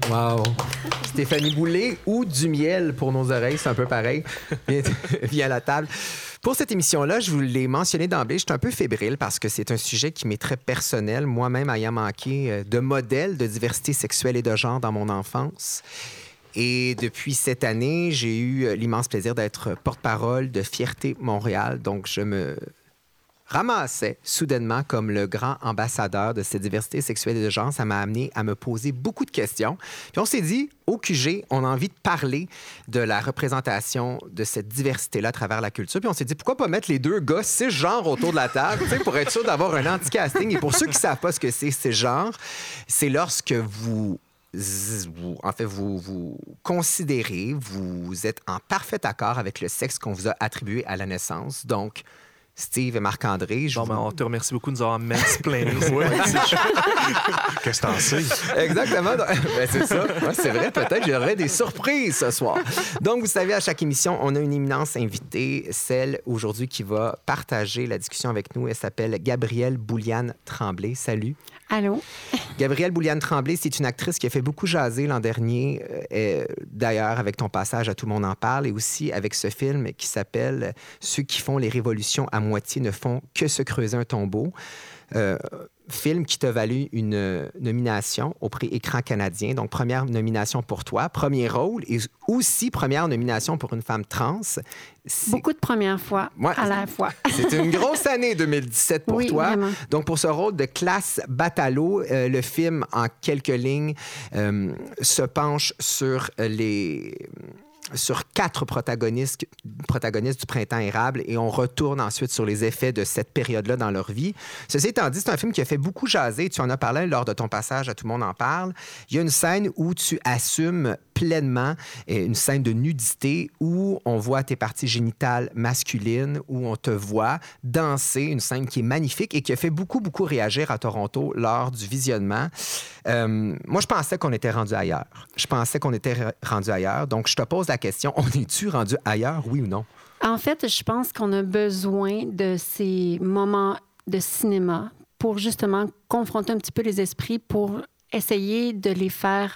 Wow. Stéphanie Boulay ou du miel pour nos oreilles, c'est un peu pareil. Viens à la table. Pour cette émission-là, je vous l'ai mentionné d'emblée, je suis un peu fébrile parce que c'est un sujet qui m'est très personnel, moi-même ayant manqué de modèles de diversité sexuelle et de genre dans mon enfance. Et depuis cette année, j'ai eu l'immense plaisir d'être porte-parole de Fierté Montréal. Donc, je me ramassais soudainement comme le grand ambassadeur de cette diversité sexuelle et de genre. Ça m'a amené à me poser beaucoup de questions. Puis on s'est dit, au QG, on a envie de parler de la représentation de cette diversité-là à travers la culture. Puis on s'est dit, pourquoi pas mettre les deux gars cisgenres autour de la table, pour être sûr d'avoir un anti-casting. Et pour ceux qui ne savent pas ce que c'est cisgenre, c'est lorsque vous considérez, vous êtes en parfait accord avec le sexe qu'on vous a attribué à la naissance. Donc, Steve et Marc-André. On te remercie beaucoup de nous avoir mansplainé. Qu'est-ce que t'en sais? Exactement. Ben, c'est ça. Ouais, c'est vrai, peut-être j'aurai des surprises ce soir. Donc, vous savez, à chaque émission, on a une immense invitée, celle aujourd'hui qui va partager la discussion avec nous. Elle s'appelle Gabrielle Bouliane-Tremblay. Salut. Allô? Gabrielle Bouliane-Tremblay, c'est une actrice qui a fait beaucoup jaser l'an dernier, d'ailleurs, avec ton passage à Tout le monde en parle, et aussi avec ce film qui s'appelle « Ceux qui font les révolutions à moitié ne font que se creuser un tombeau ». Film qui t'a valu une nomination au prix Écran canadien. Donc, première nomination pour toi, premier rôle et aussi première nomination pour une femme trans. Beaucoup de premières fois à la fois. C'est une grosse année 2017 pour toi. Vraiment. Donc, pour ce rôle de Classe Batalo, le film, en quelques lignes, se penche sur 4 protagonistes du Printemps érable et on retourne ensuite sur les effets de cette période-là dans leur vie. Ceci étant dit, c'est un film qui a fait beaucoup jaser. Tu en as parlé lors de ton passage à Tout le monde en parle. Il y a une scène où tu assumes pleinement une scène de nudité où on voit tes parties génitales masculines, où on te voit danser, une scène qui est magnifique et qui a fait beaucoup, beaucoup réagir à Toronto lors du visionnement. Moi, je pensais qu'on était rendu ailleurs. Donc, je te pose la question, on est-tu rendu ailleurs, oui ou non? En fait, je pense qu'on a besoin de ces moments de cinéma pour justement confronter un petit peu les esprits, pour essayer de les faire...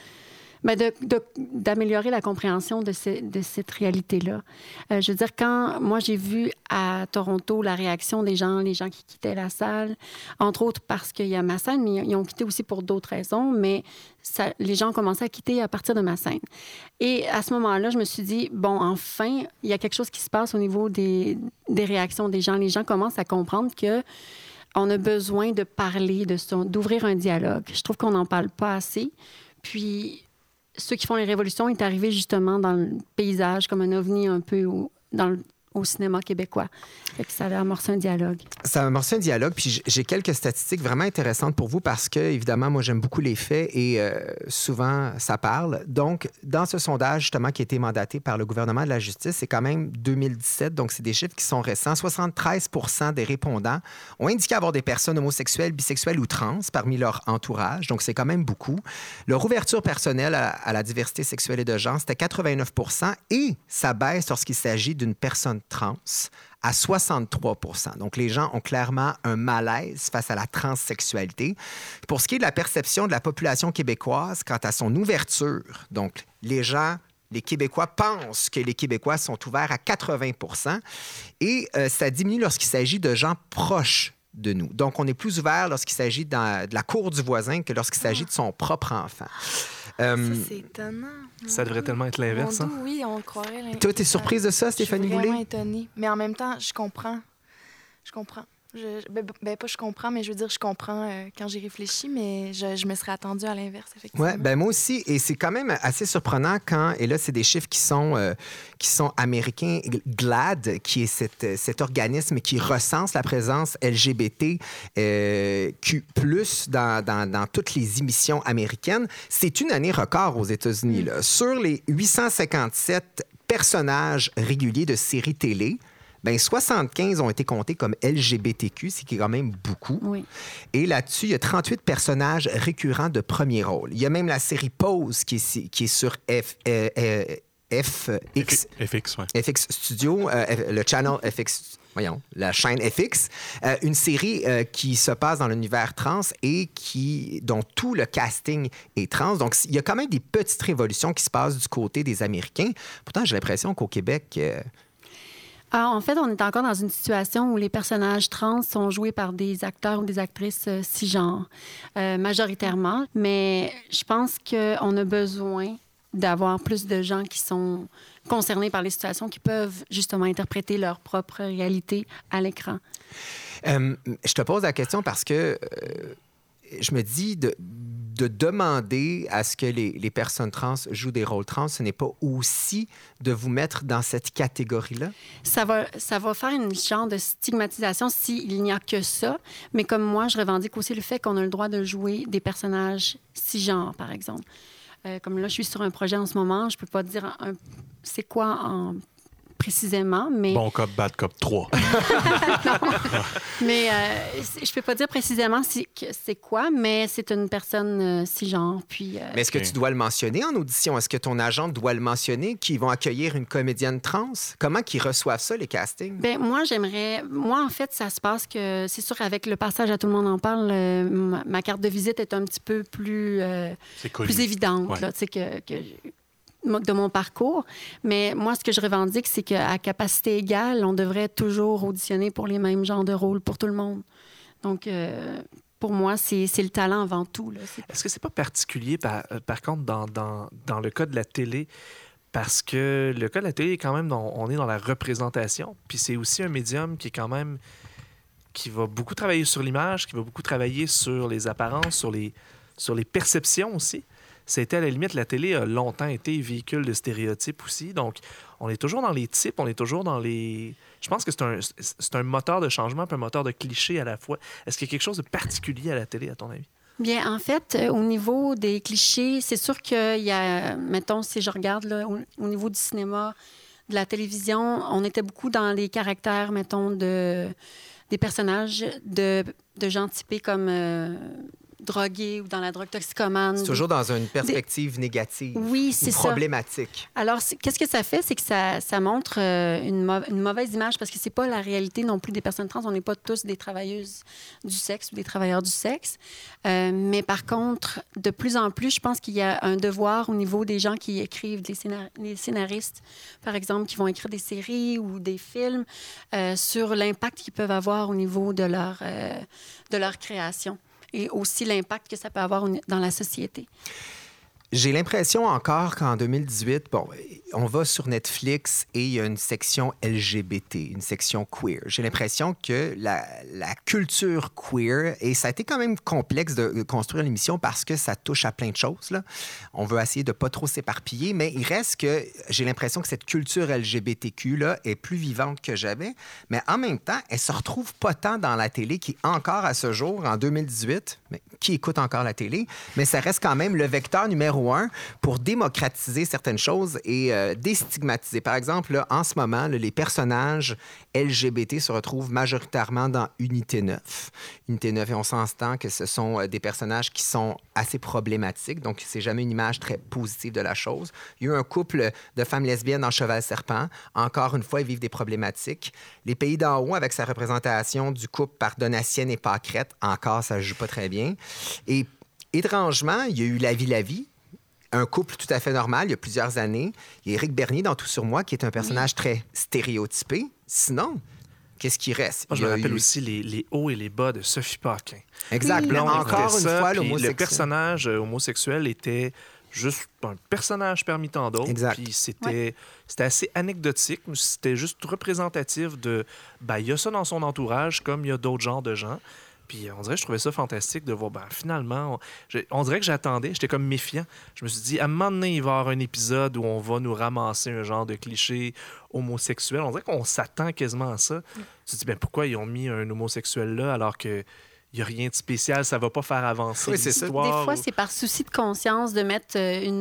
d'améliorer la compréhension de cette réalité-là. Je veux dire, quand moi, j'ai vu à Toronto la réaction des gens, les gens qui quittaient la salle, entre autres parce qu'il y a ma scène, mais ils ont quitté aussi pour d'autres raisons, mais les gens ont commencé à quitter à partir de ma scène. Et à ce moment-là, je me suis dit, bon, enfin, il y a quelque chose qui se passe au niveau des réactions des gens. Les gens commencent à comprendre que on a besoin de parler, d'ouvrir un dialogue. Je trouve qu'on n'en parle pas assez. Puis... Ceux qui font les révolutions est arrivé justement dans le paysage comme un ovni un peu au cinéma québécois. Fait que ça a amorcé un dialogue. Ça a amorcé un dialogue, puis j'ai quelques statistiques vraiment intéressantes pour vous parce que, évidemment, moi, j'aime beaucoup les faits et souvent, ça parle. Donc, dans ce sondage, justement, qui a été mandaté par le gouvernement de la Justice, c'est quand même 2017, donc c'est des chiffres qui sont récents. 73 % des répondants ont indiqué avoir des personnes homosexuelles, bisexuelles ou trans parmi leur entourage, donc c'est quand même beaucoup. Leur ouverture personnelle à la diversité sexuelle et de genre, c'était 89 % et ça baisse lorsqu'il s'agit d'une personne trans à 63 %. Donc, les gens ont clairement un malaise face à la transsexualité. Pour ce qui est de la perception de la population québécoise quant à son ouverture, donc les Québécois pensent que les Québécois sont ouverts à 80 % et ça diminue lorsqu'il s'agit de gens proches de nous. Donc, on est plus ouvert lorsqu'il s'agit de la cour du voisin que lorsqu'il s'agit de son propre enfant. Ça, c'est étonnant. Ça devrait tellement être l'inverse. Hein? Oui, on croirait l'inverse. Toi, t'es surprise de ça, Stéphanie Boulay? Je suis vraiment étonnée. Mais en même temps, je comprends. Je comprends. Pas je comprends, mais je veux dire, je comprends quand j'ai réfléchi, mais je me serais attendue à l'inverse, effectivement. Oui, moi aussi. Et c'est quand même assez surprenant quand, et là, c'est des chiffres qui sont américains, GLAAD, qui est cet organisme qui recense la présence LGBTQ+, dans toutes les émissions américaines. C'est une année record aux États-Unis. Là. Sur les 857 personnages réguliers de séries télé, 75 ont été comptés comme LGBTQ, ce qui est quand même beaucoup. Oui. Et là-dessus, il y a 38 personnages récurrents de premier rôle. Il y a même la série Pose qui est sur FX. FX, oui. FX Studio, le channel FX, la chaîne FX, une série qui se passe dans l'univers trans et dont tout le casting est trans. Donc, il y a quand même des petites révolutions qui se passent du côté des Américains. Pourtant, j'ai l'impression qu'au Québec... En fait, on est encore dans une situation où les personnages trans sont joués par des acteurs ou des actrices cisgenres, majoritairement. Mais je pense qu'on a besoin d'avoir plus de gens qui sont concernés par les situations, qui peuvent justement interpréter leur propre réalité à l'écran. Je te pose la question parce que je me dis de demander à ce que les personnes trans jouent des rôles trans, ce n'est pas aussi de vous mettre dans cette catégorie-là? Ça va faire une genre de stigmatisation s'il n'y a que ça. Mais comme moi, je revendique aussi le fait qu'on a le droit de jouer des personnages cisgenres, par exemple. Comme là, je suis sur un projet en ce moment, je peux pas dire c'est quoi précisément, mais... Bon cop, bad cop 3. Mais je peux pas dire précisément c'est quoi, mais c'est une personne cisgenre. Puis, mais est-ce que tu dois le mentionner en audition? Est-ce que ton agent doit le mentionner qu'ils vont accueillir une comédienne trans? Comment qu'ils reçoivent ça, les castings? Bien, moi, en fait, ça se passe que... C'est sûr, avec le passage à Tout le monde en parle, ma carte de visite est un petit peu plus évidente, ouais. Là, tu sais, de mon parcours. Mais moi, ce que je revendique, c'est qu'à capacité égale, on devrait toujours auditionner pour les mêmes genres de rôles pour tout le monde. Donc, pour moi, c'est le talent avant tout. Là. Est-ce que c'est pas particulier, par contre, dans le cas de la télé? Parce que le cas de la télé, quand même, on est dans la représentation. Puis c'est aussi un médium qui est quand même... qui va beaucoup travailler sur l'image, qui va beaucoup travailler sur les apparences, sur les perceptions aussi. C'était à la limite, la télé a longtemps été véhicule de stéréotypes aussi. Donc, on est toujours dans les types, on est toujours dans les... Je pense que c'est un moteur de changement puis un moteur de clichés à la fois. Est-ce qu'il y a quelque chose de particulier à la télé, à ton avis? Bien, en fait, au niveau des clichés, c'est sûr qu'il y a, mettons, si je regarde là, au niveau du cinéma, de la télévision, on était beaucoup dans les caractères, mettons, des personnages de gens typés comme... drogués ou dans la drogue toxicomane. C'est toujours dans une perspective négative. Oui, c'est ça. Problématique. Alors, qu'est-ce que ça fait? C'est que ça montre une mauvaise image parce que c'est pas la réalité non plus des personnes trans. On n'est pas tous des travailleuses du sexe ou des travailleurs du sexe. Mais par contre, de plus en plus, je pense qu'il y a un devoir au niveau des gens qui écrivent, les scénaristes, par exemple, qui vont écrire des séries ou des films sur l'impact qu'ils peuvent avoir au niveau de leur création. Et aussi l'impact que ça peut avoir dans la société. J'ai l'impression encore qu'en 2018, on va sur Netflix et il y a une section LGBT, une section queer. J'ai l'impression que la culture queer, et ça a été quand même complexe de construire l'émission parce que ça touche à plein de choses, là. On veut essayer de pas trop s'éparpiller, mais il reste que j'ai l'impression que cette culture LGBTQ là est plus vivante que jamais, mais en même temps, elle se retrouve pas tant dans la télé qui encore à ce jour, en 2018, mais qui écoute encore la télé, mais ça reste quand même le vecteur numéro 1 pour démocratiser certaines choses et déstigmatiser. Par exemple, là, en ce moment, là, les personnages LGBT se retrouvent majoritairement dans Unité 9. Unité 9, et on s'entend que ce sont des personnages qui sont assez problématiques, donc c'est jamais une image très positive de la chose. Il y a eu un couple de femmes lesbiennes dans Cheval-Serpent. Encore une fois, ils vivent des problématiques. Les Pays d'en haut, avec sa représentation du couple par Donatienne et Pâquerette, encore, ça ne joue pas très bien. Et étrangement, il y a eu La vie, un couple tout à fait normal il y a plusieurs années. Il y a Éric Bernier dans Tout sur moi, qui est un personnage très stéréotypé. Sinon, qu'est-ce qui reste? Moi, je me rappelle aussi les hauts et les bas de Sophie Paquin. Exact. Là, encore une fois, le personnage homosexuel était juste un personnage parmi tant d'autres. Exact. Puis c'était assez anecdotique. C'était juste représentatif de... il y a ça dans son entourage, comme il y a d'autres genres de gens. Puis on dirait que je trouvais ça fantastique de voir, finalement, on dirait que j'attendais, j'étais comme méfiant. Je me suis dit, à un moment donné, il va y avoir un épisode où on va nous ramasser un genre de cliché homosexuel. On dirait qu'on s'attend quasiment à ça. Tu te dis, pourquoi ils ont mis un homosexuel là alors que il n'y a rien de spécial, ça ne va pas faire avancer l'histoire. Des fois, c'est par souci de conscience de mettre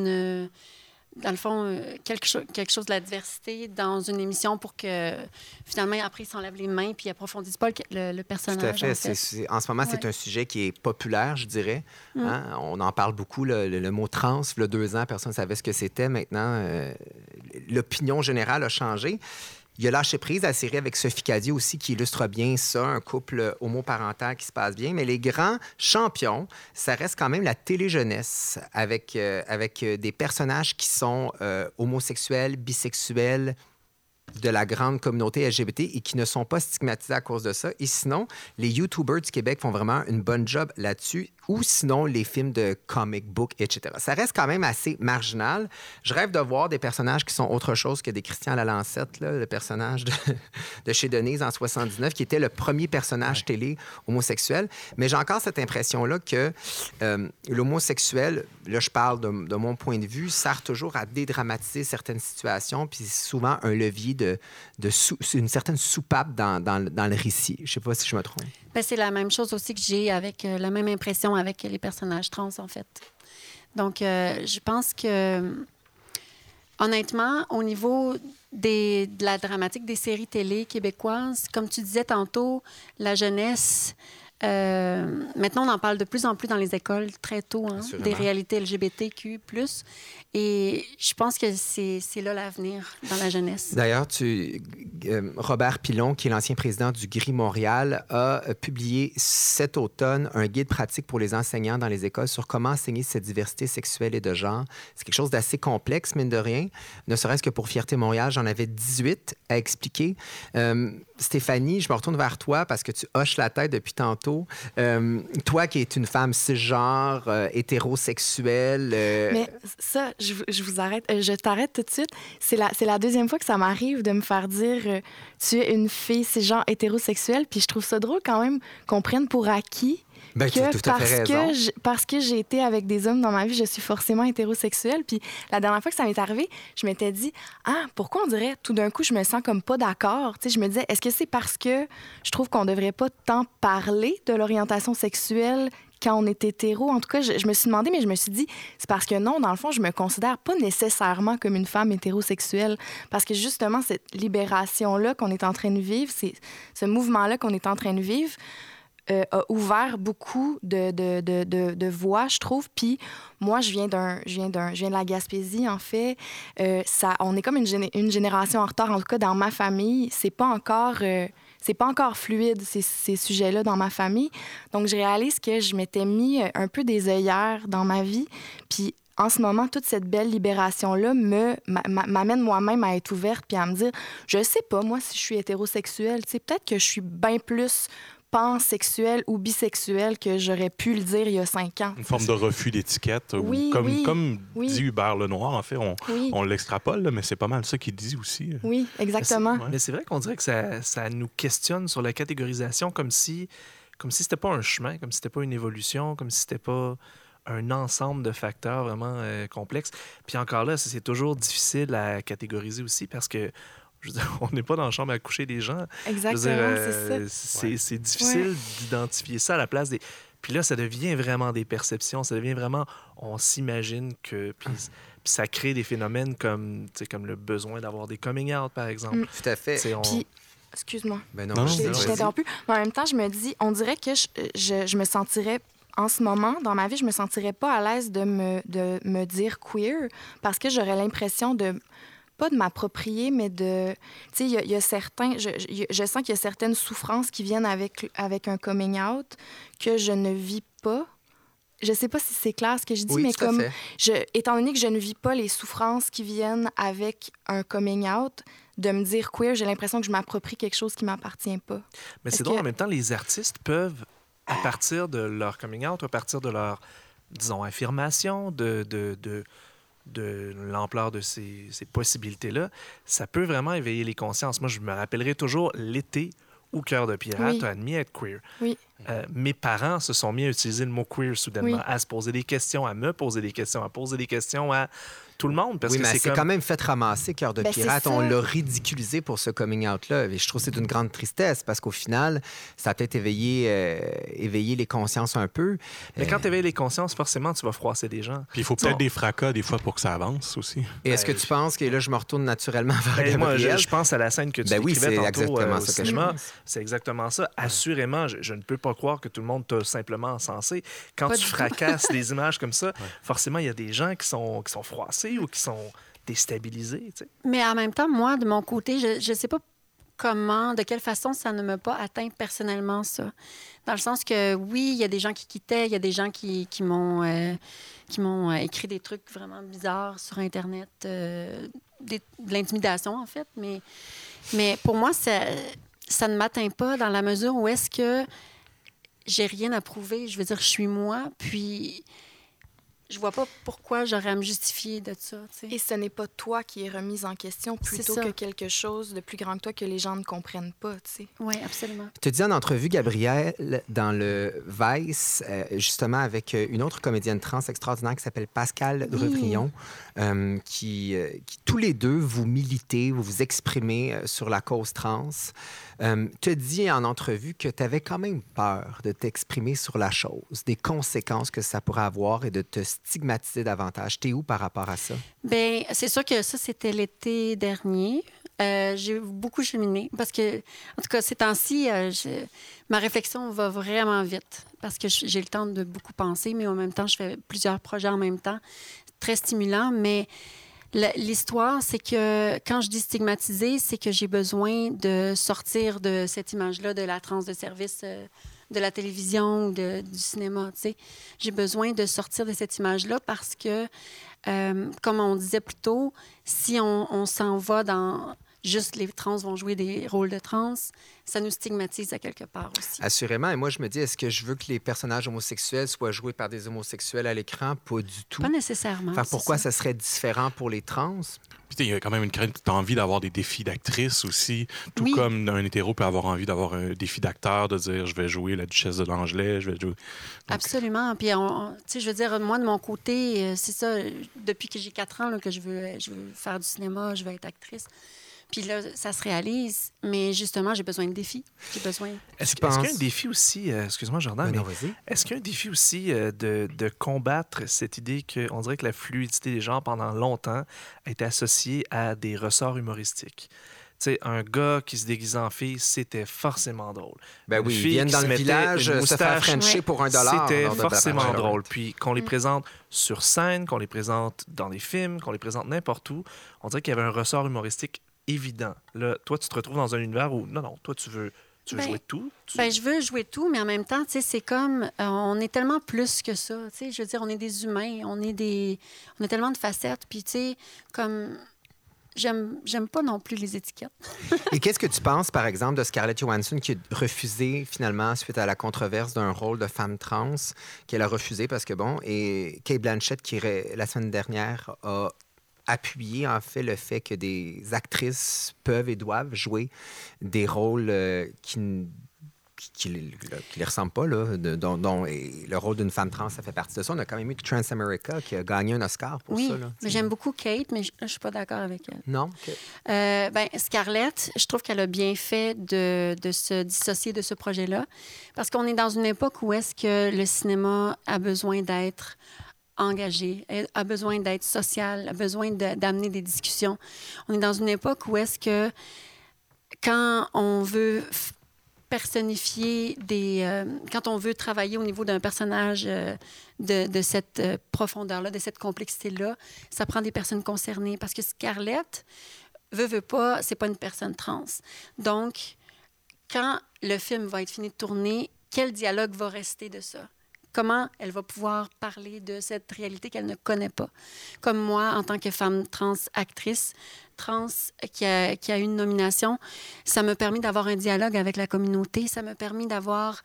dans le fond, quelque chose de la diversité dans une émission pour que, finalement, après, ils s'enlèvent les mains puis ils n'approfondissent pas le personnage. Tout à fait. En ce moment, c'est un sujet qui est populaire, je dirais. Hein? On en parle beaucoup, le mot trans. Il y a 2 ans, personne ne savait ce que c'était. Maintenant, l'opinion générale a changé. Il a lâché prise à la série avec Sophie Cadieux aussi, qui illustre bien ça, un couple homoparental qui se passe bien. Mais les grands champions, ça reste quand même la télé-jeunesse, avec des personnages qui sont homosexuels, bisexuels, de la grande communauté LGBT et qui ne sont pas stigmatisés à cause de ça. Et sinon, les YouTubers du Québec font vraiment une bonne job là-dessus. Ou sinon, les films de comic book, etc. Ça reste quand même assez marginal. Je rêve de voir des personnages qui sont autre chose que des Christian Lalancette, là, le personnage de chez Denise en 79, qui était le premier personnage télé homosexuel. Mais j'ai encore cette impression-là que l'homosexuel, là, je parle de mon point de vue, sert toujours à dédramatiser certaines situations, puis c'est souvent un levier une certaine soupape dans le récit. Je ne sais pas si je me trompe. Ben, c'est la même chose aussi que j'ai avec la même impression avec les personnages trans, en fait. Donc, je pense que, honnêtement, au niveau de la dramatique des séries télé québécoises, comme tu disais tantôt, la jeunesse, maintenant, on en parle de plus en plus dans les écoles très tôt, hein, des réalités LGBTQ+. Et je pense que c'est là l'avenir dans la jeunesse. D'ailleurs, Robert Pilon, qui est l'ancien président du GRI Montréal, a publié cet automne un guide pratique pour les enseignants dans les écoles sur comment enseigner cette diversité sexuelle et de genre. C'est quelque chose d'assez complexe, mine de rien. Ne serait-ce que pour Fierté Montréal, j'en avais 18 à expliquer. Stéphanie, je me retourne vers toi parce que tu hoches la tête depuis tantôt. Toi qui es une femme cisgenre, hétérosexuelle... Mais ça, je vous arrête. Je t'arrête tout de suite. C'est la deuxième fois que ça m'arrive de me faire dire tu es une fille cisgenre hétérosexuelle. Puis je trouve ça drôle quand même qu'on prenne pour acquis ben, tu as tout à fait raison. Parce que j'ai été avec des hommes dans ma vie, je suis forcément hétérosexuelle. Puis la dernière fois que ça m'est arrivé, je m'étais dit pourquoi on dirait tout d'un coup je me sens comme pas d'accord. Tu sais, je me disais est-ce que c'est parce que je trouve qu'on devrait pas tant parler de l'orientation sexuelle quand on est hétéro? En tout cas, je me suis demandé, mais je me suis dit, c'est parce que non, dans le fond, je me considère pas nécessairement comme une femme hétérosexuelle. Parce que justement, cette libération-là qu'on est en train de vivre, ce mouvement-là qu'on est en train de vivre, a ouvert beaucoup de voies, je trouve. Puis moi, je viens de la Gaspésie, en fait. On est comme une génération en retard, en tout cas dans ma famille. C'est pas encore fluide, ces sujets-là, dans ma famille. Donc, je réalise que je m'étais mis un peu des œillères dans ma vie. Puis, en ce moment, toute cette belle libération-là m'amène moi-même à être ouverte puis à me dire, je sais pas, moi, si je suis hétérosexuelle. Tu sais, peut-être que je suis bien plus pansexuelle ou bisexuelle que j'aurais pu le dire il y a 5 ans. Une forme de refus d'étiquette. Oui, comme dit Hubert Lenoir, en fait, on l'extrapole, là, mais c'est pas mal ça qu'il dit aussi. Oui, exactement. Mais c'est vrai qu'on dirait que ça nous questionne sur la catégorisation comme si c'était pas un chemin, comme si c'était pas une évolution, comme si c'était pas un ensemble de facteurs vraiment complexes. Puis encore là, c'est toujours difficile à catégoriser aussi parce que je veux dire, on n'est pas dans la chambre à coucher des gens. Exactement, c'est ça. C'est difficile d'identifier ça à la place des... Puis là, ça devient vraiment des perceptions. Ça devient vraiment... On s'imagine que... Puis ça crée des phénomènes comme le besoin d'avoir des coming out, par exemple. Tout à fait. Puis, excuse-moi. Ben non, je t'ai interrompu. Mais en même temps, je me dis, on dirait que je me sentirais... En ce moment, dans ma vie, je me sentirais pas à l'aise de me dire queer parce que j'aurais l'impression pas de m'approprier, mais de... Tu sais, il y a certains... Je sens qu'il y a certaines souffrances qui viennent avec un coming out que je ne vis pas. Je sais pas si c'est clair ce que je dis, mais comme... Étant donné que je ne vis pas les souffrances qui viennent avec un coming out, de me dire queer, j'ai l'impression que je m'approprie quelque chose qui m'appartient pas. Mais c'est drôle, en même temps, les artistes peuvent, à partir de leur coming out, à partir de leur, disons, affirmation, de l'ampleur de ces possibilités-là, ça peut vraiment éveiller les consciences. Moi, je me rappellerai toujours l'été où Cœur de pirate a admis être queer. Oui. Mes parents se sont mis à utiliser le mot queer soudainement, à se poser des questions, à me poser des questions, à poser des questions à tout le monde. Parce que mais c'est quand même fait ramasser Cœur de pirate. On l'a ridiculisé pour ce coming out-là. Et je trouve que c'est d'une grande tristesse parce qu'au final, ça a peut-être éveillé les consciences un peu. Mais quand tu éveilles les consciences, forcément, tu vas froisser des gens. Puis il faut peut-être des fracas des fois pour que ça avance aussi. Et est-ce que tu penses que là, je me retourne naturellement vers moi, je pense à la scène que tu décrivais tantôt au cinéma. C'est exactement ça. Assurément, je ne peux pas croire que tout le monde t'a simplement encensé. Quand tu fracasses des images comme ça, forcément, il y a des gens qui sont froissés ou qui sont déstabilisé. Tu sais. Mais en même temps, moi, de mon côté, je ne sais pas comment, de quelle façon ça ne m'a pas atteint personnellement, ça. Dans le sens que, oui, il y a des gens qui quittaient, il y a des gens qui m'ont écrit des trucs vraiment bizarres sur Internet, de l'intimidation, en fait. Mais pour moi, ça ne m'atteint pas dans la mesure où est-ce que j'ai rien à prouver. Je veux dire, je suis moi, puis je vois pas pourquoi j'aurais à me justifier de ça. T'sais. Et ce n'est pas toi qui es remise en question plutôt que quelque chose de plus grand que toi que les gens ne comprennent pas. Oui, absolument. Je te dis en entrevue, Gabrielle, dans le Vice, justement avec une autre comédienne trans extraordinaire qui s'appelle Pascale Revrillon, qui tous les deux, vous militez, vous vous exprimez sur la cause trans. Tu dis en entrevue que tu avais quand même peur de t'exprimer sur la chose, des conséquences que ça pourrait avoir et de te stigmatiser davantage. T'es où par rapport à ça? Bien, c'est sûr que ça, c'était l'été dernier. J'ai beaucoup cheminé parce que, en tout cas, ces temps-ci, ma réflexion va vraiment vite parce que j'ai le temps de beaucoup penser, mais en même temps, je fais plusieurs projets en même temps. Très stimulant, mais l'histoire, c'est que quand je dis stigmatiser, c'est que j'ai besoin de sortir de cette image-là de la trans de service de la télévision ou du cinéma. T'sais. J'ai besoin de sortir de cette image-là parce que, comme on disait plus tôt, si on s'en va dans juste les trans vont jouer des rôles de trans, ça nous stigmatise à quelque part aussi. Assurément. Et moi, je me dis, est-ce que je veux que les personnages homosexuels soient joués par des homosexuels à l'écran? Pas du tout. Pas nécessairement. Enfin, pourquoi ça serait différent pour les trans? Puis il y a quand même une crainte, tu as envie d'avoir des défis d'actrice aussi, tout comme un hétéro peut avoir envie d'avoir un défi d'acteur, de dire je vais jouer la duchesse de Langeais, je vais jouer... Donc... Absolument. Puis, je veux dire, moi, de mon côté, c'est ça, depuis que j'ai 4 ans là, que je veux faire du cinéma, je veux être actrice. Puis là, ça se réalise, mais justement, j'ai besoin de défis. J'ai besoin... Est-ce qu'il y a un défi aussi, excuse-moi Jordan, mais est-ce qu'il y a un défi aussi de combattre cette idée qu'on dirait que la fluidité des genres pendant longtemps a été associée à des ressorts humoristiques? Tu sais, un gars qui se déguisait en fille, c'était forcément drôle. Ben oui, ils viennent dans le village se faire frencher pour $1. C'était forcément drôle. Puis qu'on les présente sur scène, qu'on les présente dans des films, qu'on les présente n'importe où, on dirait qu'il y avait un ressort humoristique évident. Là, toi, tu te retrouves dans un univers où, non, toi, tu veux jouer tout? Je veux jouer tout, mais en même temps, tu sais, c'est comme... on est tellement plus que ça, tu sais. Je veux dire, on est des humains, on a tellement de facettes, puis tu sais, comme... J'aime pas non plus les étiquettes. Et qu'est-ce que tu penses, par exemple, de Scarlett Johansson qui a refusé, finalement, suite à la controverse d'un rôle de femme trans, qu'elle a refusé parce que, bon, et Cate Blanchett, qui, la semaine dernière, a appuyé, en fait, le fait que des actrices peuvent et doivent jouer des rôles qui les ressemblent pas, là, dont le rôle d'une femme trans, ça fait partie de ça. On a quand même eu Transamerica qui a gagné un Oscar pour ça. Là, mais j'aime beaucoup Kate, mais je suis pas d'accord avec elle. Non? Scarlett, je trouve qu'elle a bien fait de se dissocier de ce projet-là, parce qu'on est dans une époque où est-ce que le cinéma a besoin d'être engagé, a besoin d'être social, a besoin d'amener des discussions. On est dans une époque où est-ce que quand on veut personnifier quand on veut travailler au niveau d'un personnage de cette profondeur-là, de cette complexité-là, ça prend des personnes concernées. Parce que Scarlett, veut pas, c'est pas une personne trans. Donc, quand le film va être fini de tourner, quel dialogue va rester de ça? Comment elle va pouvoir parler de cette réalité qu'elle ne connaît pas? Comme moi, en tant que femme trans actrice, trans qui a eu une nomination, ça m'a permis d'avoir un dialogue avec la communauté, ça m'a permis d'avoir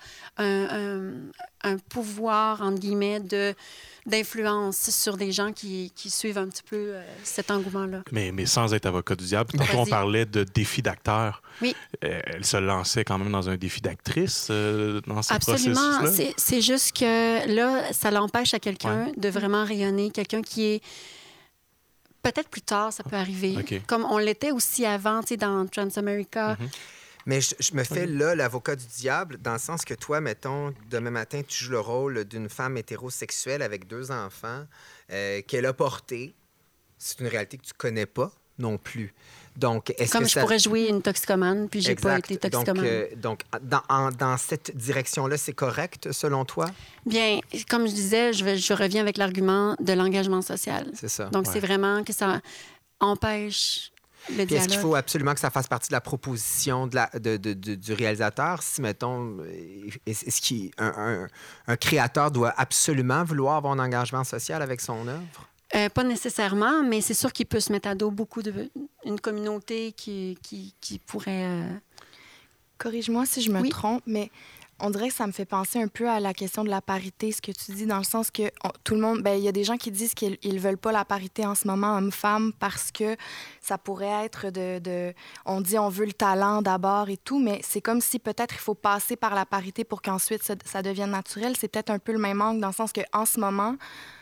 un pouvoir, entre guillemets, d'influence sur des gens qui suivent un petit peu cet engouement-là. Mais sans être avocat du diable, tantôt on parlait de défi d'acteur. Oui. Elle se lançait quand même dans un défi d'actrice dans ce processus-là? Absolument. C'est juste que là, ça l'empêche à quelqu'un de vraiment rayonner, quelqu'un qui est... Peut-être plus tard, ça peut arriver. Okay. Comme on l'était aussi avant, tu sais, dans Transamerica. Mm-hmm. Mais je me fais là l'avocat du diable, dans le sens que toi, mettons, demain matin, tu joues le rôle d'une femme hétérosexuelle avec 2 enfants qu'elle a portés. C'est une réalité que tu connais pas non plus. Donc, comme je pourrais jouer une toxicomane, puis j'ai pas été toxicomane. Donc, dans cette direction-là, c'est correct, selon toi? Bien, comme je disais, je reviens avec l'argument de l'engagement social. C'est ça. Donc, c'est vraiment que ça... empêche le Puis est-ce qu'il dialogue. faut absolument que ça fasse partie de la proposition du réalisateur? Si, mettons, est-ce qu'un créateur doit absolument vouloir avoir un engagement social avec son œuvre? Pas nécessairement, mais c'est sûr qu'il peut se mettre à dos une communauté qui pourrait... Corrige-moi si je me Oui. trompe, mais on dirait que ça me fait penser un peu à la question de la parité, ce que tu dis, dans le sens que tout le monde... il y a des gens qui disent qu'ils ne veulent pas la parité en ce moment, homme-femme, parce que ça pourrait être on dit on veut le talent d'abord et tout, mais c'est comme si peut-être il faut passer par la parité pour qu'ensuite ça devienne naturel. C'est peut-être un peu le même angle, dans le sens qu'en ce moment,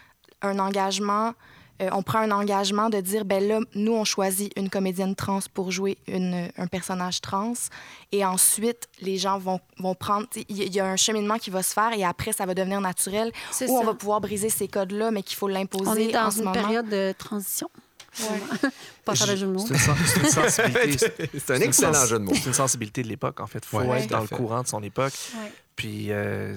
un engagement... on prend un engagement de dire, ben là, nous, on choisit une comédienne trans pour jouer un personnage trans. Et ensuite, les gens vont prendre... Il y a un cheminement qui va se faire et après, ça va devenir naturel. C'est Ou on ça. va pouvoir briser ces codes-là, mais qu'il faut l'imposer On est dans en ce une moment. période de transition. Ouais. Pas faire de jeu de mots. C'est une sensibilité. C'est un excellent jeu de mots. C'est une sensibilité de l'époque, en fait. Il faut Ouais, être tout à dans le fait. courant de son époque. Ouais. Puis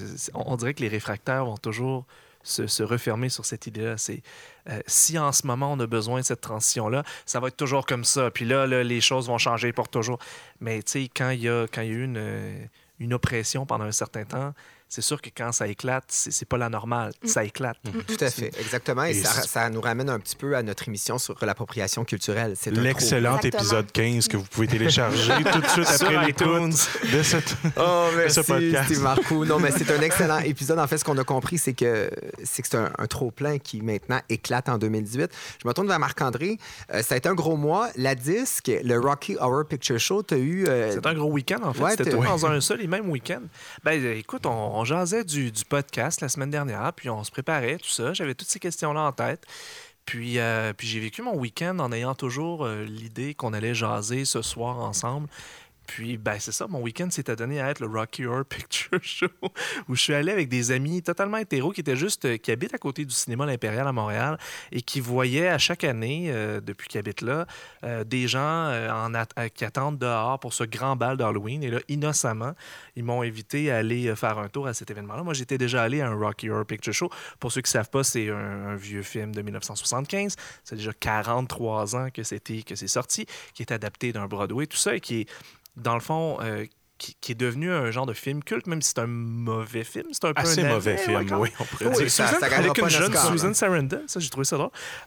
on dirait que les réfractaires vont toujours se refermer sur cette idée-là. C'est si en ce moment on a besoin de cette transition-là, ça va être toujours comme ça. Puis là, les choses vont changer pour toujours. Mais tu sais, quand il y a eu une oppression pendant un certain temps, c'est sûr que quand ça éclate, c'est pas la normale. Ça éclate. Tout à fait, exactement. Et Et ça nous ramène un petit peu à notre émission sur l'appropriation culturelle. C'est un L'excellent Exactement. épisode 15 que vous pouvez télécharger tout de suite Sur après iTunes. l'écoute de cette... Oh, merci, ce podcast. Steve Marcoux. Non, mais c'est un excellent épisode. En fait, ce qu'on a compris, c'est que c'est un trop-plein qui, maintenant, éclate en 2018. Je me tourne vers Marc-André. Ça a été un gros mois. La disque, le Rocky Horror Picture Show, tu as eu... C'est un gros week-end, en fait. Ouais, C'était t'es- tout ouais. dans un seul et même week-end. Ben, écoute, on jasait du podcast la semaine dernière, puis on se préparait, tout ça. J'avais toutes ces questions-là en tête. Puis j'ai vécu mon week-end en ayant toujours l'idée qu'on allait jaser ce soir ensemble. Puis, ben, c'est ça, mon week-end s'était donné à être le Rocky Horror Picture Show, où je suis allé avec des amis totalement hétéros qui habitent à côté du cinéma L'Impérial à Montréal et qui voyaient à chaque année, depuis qu'ils habitent là, des gens qui attendent dehors pour ce grand bal d'Halloween. Et là, innocemment, ils m'ont invité à aller faire un tour à cet événement-là. Moi, j'étais déjà allé à un Rocky Horror Picture Show. Pour ceux qui ne savent pas, c'est un vieux film de 1975. C'est déjà 43 ans que c'est sorti, qui est adapté d'un Broadway, tout ça, et qui est dans le fond, qui est devenu un genre de film culte, même si c'est un mauvais film. C'est un peu Assez un mauvais navet, film, ouais, quand oui, même. on pourrait Oui, dire. ça gagnera Avec pas une un jeune Oscar, Susan là. Sarandon, ça, j'ai trouvé ça drôle.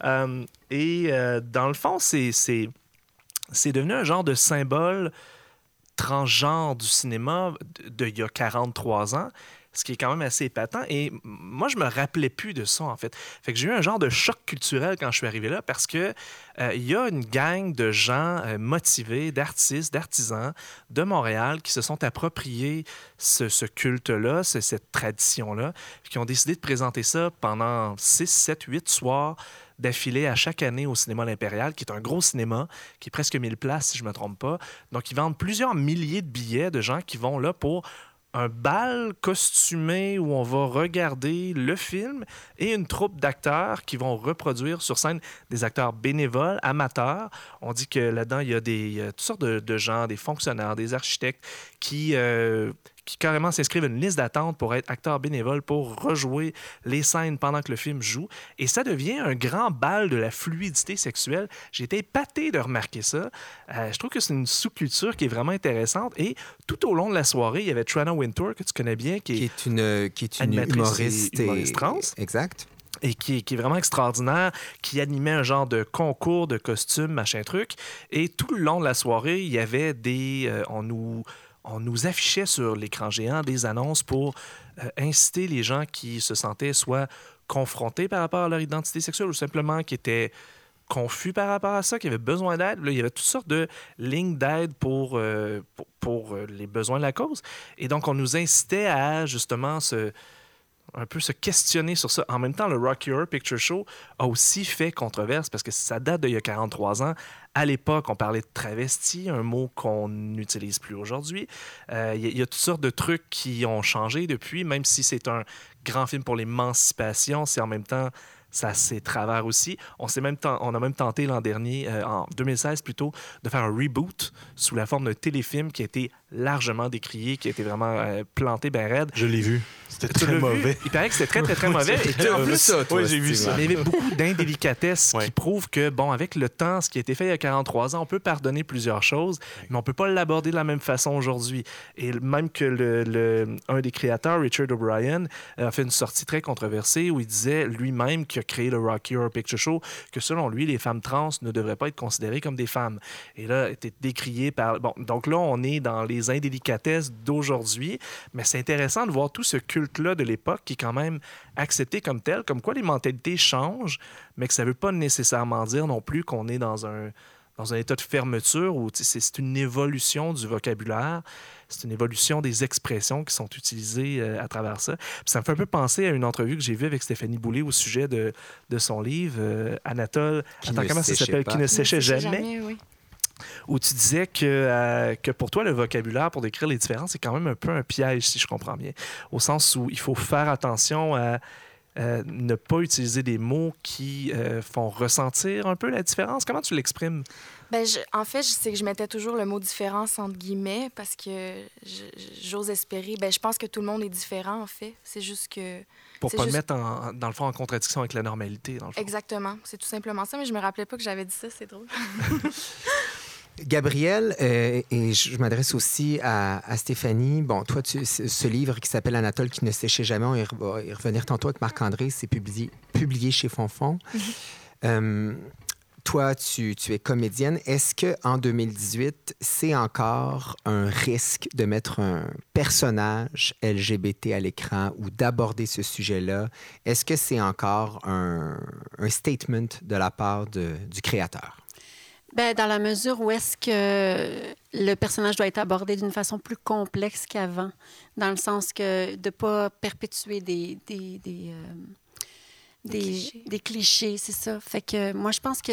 Dans le fond, c'est devenu un genre de symbole transgenre du cinéma d'il y a 43 ans, ce qui est quand même assez épatant. Et moi, je me rappelais plus de ça, en fait. Fait que j'ai eu un genre de choc culturel quand je suis arrivé là, parce que il y a une gang de gens motivés, d'artistes, d'artisans de Montréal qui se sont appropriés ce culte-là, cette tradition-là, puis qui ont décidé de présenter ça pendant 6, 7, 8 soirs d'affilée à chaque année au cinéma L'Impérial, qui est un gros cinéma, qui est presque 1000 places, si je ne me trompe pas. Donc, ils vendent plusieurs milliers de billets de gens qui vont là pour un bal costumé où on va regarder le film et une troupe d'acteurs qui vont reproduire sur scène des acteurs bénévoles, amateurs. On dit que là-dedans, il y a toutes sortes de gens, des fonctionnaires, des architectes qui carrément s'inscrivent à une liste d'attente pour être acteurs bénévoles, pour rejouer les scènes pendant que le film joue. Et ça devient un grand bal de la fluidité sexuelle. J'ai été épaté de remarquer ça. Je trouve que c'est une sous-culture qui est vraiment intéressante. Et tout au long de la soirée, il y avait Trana Wintour, que tu connais bien, qui est qui est une animatrice humoriste. et humoriste trans. Exact. et qui est vraiment extraordinaire, qui animait un genre de concours de costumes, machin truc. Et tout le long de la soirée, il y avait on nous affichait sur l'écran géant des annonces pour inciter les gens qui se sentaient soit confrontés par rapport à leur identité sexuelle ou simplement qui étaient confus par rapport à ça, qui avaient besoin d'aide. Là, il y avait toutes sortes de lignes d'aide pour les besoins de la cause. Et donc, on nous incitait à justement un peu se questionner sur ça. En même temps, le Rocky Horror Picture Show a aussi fait controverse parce que ça date d'il y a 43 ans. À l'époque, on parlait de travesti, un mot qu'on n'utilise plus aujourd'hui. Il y a toutes sortes de trucs qui ont changé depuis, même si c'est un grand film pour l'émancipation, c'est en même temps ça a ses travers aussi. On a même tenté l'an dernier, en 2016 plutôt, de faire un reboot sous la forme d'un téléfilm qui a été largement décrié, qui a été vraiment planté ben raide. Je l'ai vu. C'était Tu très l'as vu? mauvais. Il paraît que c'était très, très, très mauvais. Et En plus, ça, toi, Oui, j'ai vu Steven. ça. mais il y avait beaucoup d'indélicatesse Ouais. qui prouvent que, bon, avec le temps, ce qui a été fait il y a 43 ans, on peut pardonner plusieurs choses, mais on peut pas l'aborder de la même façon aujourd'hui. Et même que un des créateurs, Richard O'Brien, a fait une sortie très controversée où il disait lui-même, qui a créé le Rocky Horror Picture Show, que selon lui, les femmes trans ne devraient pas être considérées comme des femmes. Et là, était décrié par... Bon, donc là, on est dans les indélicatesses d'aujourd'hui, mais c'est intéressant de voir tout ce culte-là de l'époque qui est quand même accepté comme tel, comme quoi les mentalités changent, mais que ça ne veut pas nécessairement dire non plus qu'on est dans un état de fermeture où c'est une évolution du vocabulaire, c'est une évolution des expressions qui sont utilisées à travers ça. Puis ça me fait un peu penser à une entrevue que j'ai vue avec Stéphanie Boulay au sujet de son livre, Anatole, comment ça s'appelle? Qui ne séchait jamais. Oui. Où tu disais que pour toi, le vocabulaire, pour décrire les différences, c'est quand même un peu un piège, si je comprends bien. Au sens où il faut faire attention à ne pas utiliser des mots qui font ressentir un peu la différence. Comment tu l'exprimes? En fait, c'est que je mettais toujours le mot différence entre guillemets parce que j'ose espérer. Je pense que tout le monde est différent, en fait. C'est juste que... Pour c'est pas juste... le mettre, dans le fond, en contradiction avec la normalité, dans le fond. Exactement. C'est tout simplement ça, mais je me rappelais pas que j'avais dit ça. C'est drôle. Gabrielle, et je m'adresse aussi à Stéphanie. Bon, toi, ce livre qui s'appelle Anatole qui ne séchait jamais, on va y revenir tantôt avec Marc-André, c'est publié chez Fonfon. Toi, tu es comédienne. Est-ce qu'en 2018, c'est encore un risque de mettre un personnage LGBT à l'écran ou d'aborder ce sujet-là? Est-ce que c'est encore un statement de la part du créateur? Dans la mesure où est-ce que le personnage doit être abordé d'une façon plus complexe qu'avant, dans le sens que de ne pas perpétuer des clichés, c'est ça. Fait que moi, je pense que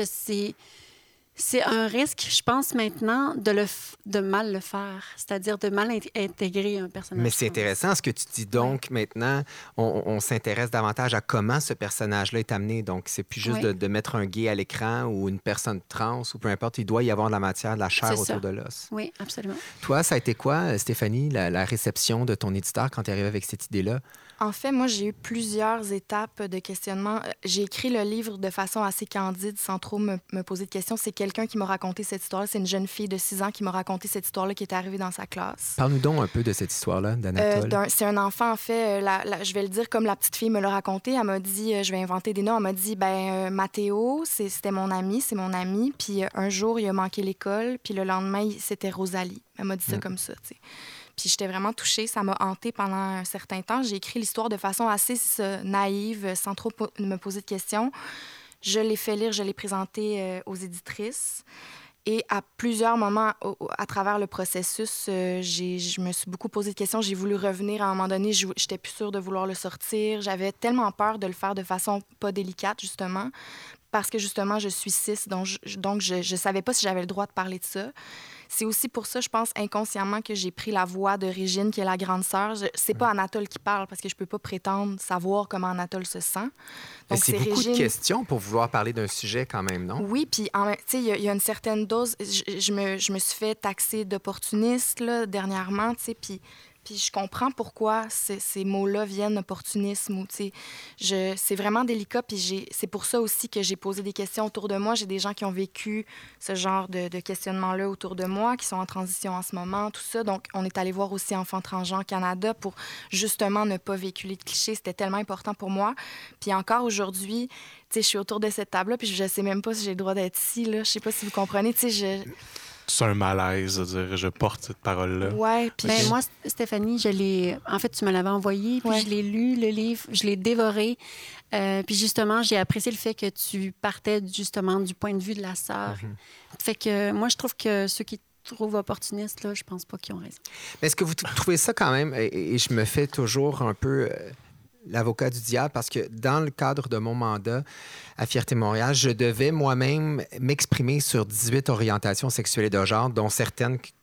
c'est un risque, je pense maintenant, de mal le faire, c'est-à-dire de mal intégrer un personnage. Mais c'est intéressant ce que tu dis. Donc, maintenant, on s'intéresse davantage à comment ce personnage-là est amené. Donc, c'est plus juste de mettre un gay à l'écran ou une personne trans ou peu importe. Il doit y avoir de la matière, de la chair autour de l'os. Oui, absolument. Toi, ça a été quoi, Stéphanie, la réception de ton éditeur quand tu es arrivée avec cette idée-là? En fait, moi, j'ai eu plusieurs étapes de questionnement. J'ai écrit le livre de façon assez candide, sans trop me poser de questions. C'est quelqu'un qui m'a raconté cette histoire-là. C'est une jeune fille de 6 ans qui m'a raconté cette histoire-là qui est arrivée dans sa classe. Parle-nous donc un peu de cette histoire-là, d'Anatole. C'est un enfant, en fait. Je vais le dire comme la petite fille me l'a raconté. Elle m'a dit, je vais inventer des noms. Elle m'a dit, Mathéo, c'était mon ami, c'est mon ami. Puis un jour, il a manqué l'école. Puis le lendemain, c'était Rosalie. Elle m'a dit ça comme ça, tu sais. Puis j'étais vraiment touchée. Ça m'a hantée pendant un certain temps. J'ai écrit l'histoire de façon assez naïve, sans trop me poser de questions. Je l'ai fait lire, je l'ai présenté aux éditrices. Et à plusieurs moments, à travers le processus, je me suis beaucoup posé de questions. J'ai voulu revenir à un moment donné. J'étais plus sûre de vouloir le sortir. J'avais tellement peur de le faire de façon pas délicate, justement, parce que, justement, je suis cis. Donc je savais pas si j'avais le droit de parler de ça. C'est aussi pour ça, je pense, inconsciemment, que j'ai pris la voix de Régine, qui est la grande sœur. C'est pas Anatole qui parle, parce que je peux pas prétendre savoir comment Anatole se sent. Donc, c'est beaucoup de questions pour vouloir parler d'un sujet quand même, non? Oui, puis tu sais, il y a une certaine dose. Je me suis fait taxer d'opportuniste, là, dernièrement, tu sais, puis je comprends pourquoi ces mots-là viennent opportunisme ou, tu sais, c'est vraiment délicat. Puis c'est pour ça aussi que j'ai posé des questions autour de moi. J'ai des gens qui ont vécu ce genre de questionnement-là autour de moi, qui sont en transition en ce moment, tout ça. Donc, on est allé voir aussi Enfants transgenres Canada pour justement ne pas véhiculer de clichés. C'était tellement important pour moi. Puis encore aujourd'hui, tu sais, je suis autour de cette table-là, puis je sais même pas si j'ai le droit d'être ici, là. Je sais pas si vous comprenez, tu sais, C'est un malaise de dire je porte cette parole-là. Oui, puis moi, Stéphanie, en fait, tu me l'avais envoyé, puis je l'ai lu, le livre, je l'ai dévoré. Puis justement, j'ai apprécié le fait que tu partais justement du point de vue de la sœur. Fait que moi, je trouve que ceux qui trouvent opportunistes, là, je pense pas qu'ils ont raison. Mais est-ce que vous trouvez ça quand même, et je me fais toujours un peu l'avocat du diable, parce que dans le cadre de mon mandat à Fierté Montréal, je devais moi-même m'exprimer sur 18 orientations sexuelles et de genre, dont certaines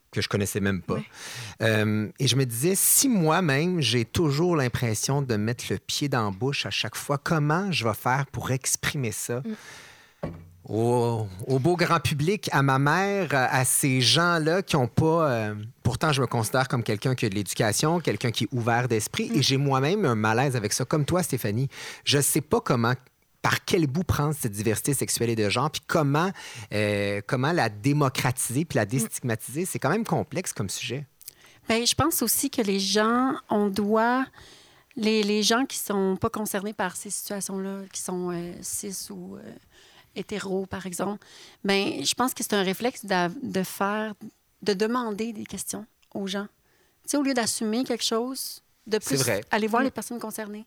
que je connaissais même pas. Oui. Et je me disais, si moi-même, j'ai toujours l'impression de mettre le pied dans la bouche à chaque fois, comment je vais faire pour exprimer ça au beau grand public, à ma mère, à ces gens-là qui n'ont pas... pourtant, je me considère comme quelqu'un qui a de l'éducation, quelqu'un qui est ouvert d'esprit, et j'ai moi-même un malaise avec ça. Comme toi, Stéphanie, je ne sais pas comment... Par quel bout prendre cette diversité sexuelle et de genre, puis comment la démocratiser puis la déstigmatiser. C'est quand même complexe comme sujet. Bien, je pense aussi que les gens, on doit... Les gens qui sont pas concernés par ces situations-là, qui sont cis ou hétéros, par exemple, bien, je pense que c'est un réflexe de demander des questions aux gens. Tu sais, au lieu d'assumer quelque chose, de plus aller voir les personnes concernées.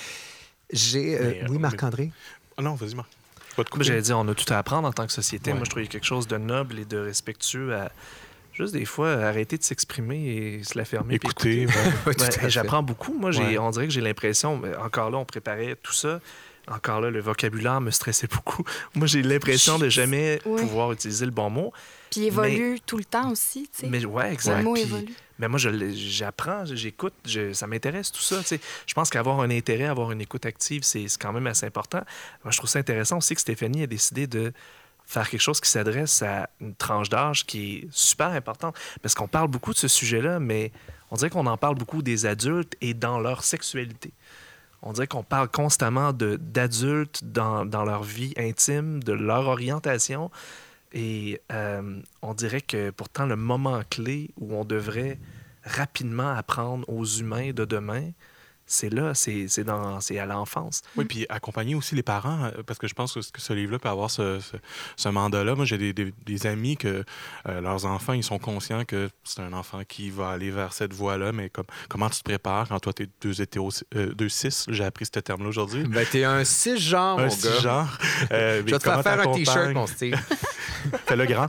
Oui, Marc-André? Ah non, vas-y, Marc. J'allais dire, on a tout à apprendre en tant que société. Ouais. Moi, je trouvais quelque chose de noble et de respectueux à juste des fois arrêter de s'exprimer et se la fermer. Écouter. J'apprends beaucoup. Moi, on dirait que j'ai l'impression, encore là, on préparait tout ça. Encore là, le vocabulaire me stressait beaucoup. Moi, j'ai l'impression de jamais pouvoir utiliser le bon mot. Puis il évolue tout le temps aussi, tu sais. Mais ouais, exact. Le mot Puis, évolue. mais moi, j'apprends, j'écoute, ça m'intéresse tout ça. Tu sais. Je pense qu'avoir un intérêt, avoir une écoute active, c'est quand même assez important. Moi, je trouve ça intéressant aussi que Stéphanie a décidé de faire quelque chose qui s'adresse à une tranche d'âge qui est super importante. Parce qu'on parle beaucoup de ce sujet-là, mais on dirait qu'on en parle beaucoup des adultes et dans leur sexualité. On dirait qu'on parle constamment d'adultes dans leur vie intime, de leur orientation. Et on dirait que pourtant, le moment clé où on devrait rapidement apprendre aux humains de demain, c'est là, c'est à l'enfance. Oui, puis accompagner aussi les parents, parce que je pense que ce livre-là peut avoir ce mandat-là. Moi, j'ai des amis que leurs enfants, ils sont conscients que c'est un enfant qui va aller vers cette voie-là, mais comment tu te prépares quand toi, t'es deux cis, j'ai appris ce terme-là aujourd'hui. Ben, t'es un cisgenre, mon gars. Un cisgenre. Je vais te faire faire un T-shirt, mon Steve. Fais-le grand.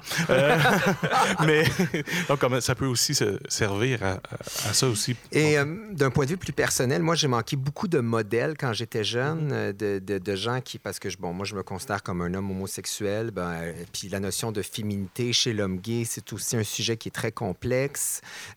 Mais donc, ça peut aussi se servir à ça aussi. Et d'un point de vue plus personnel, moi, j'ai manqué beaucoup de modèles quand j'étais jeune, de gens qui... Parce que, moi, je me considère comme un homme homosexuel. Puis la notion de féminité chez l'homme gay, c'est aussi un sujet qui est très complexe.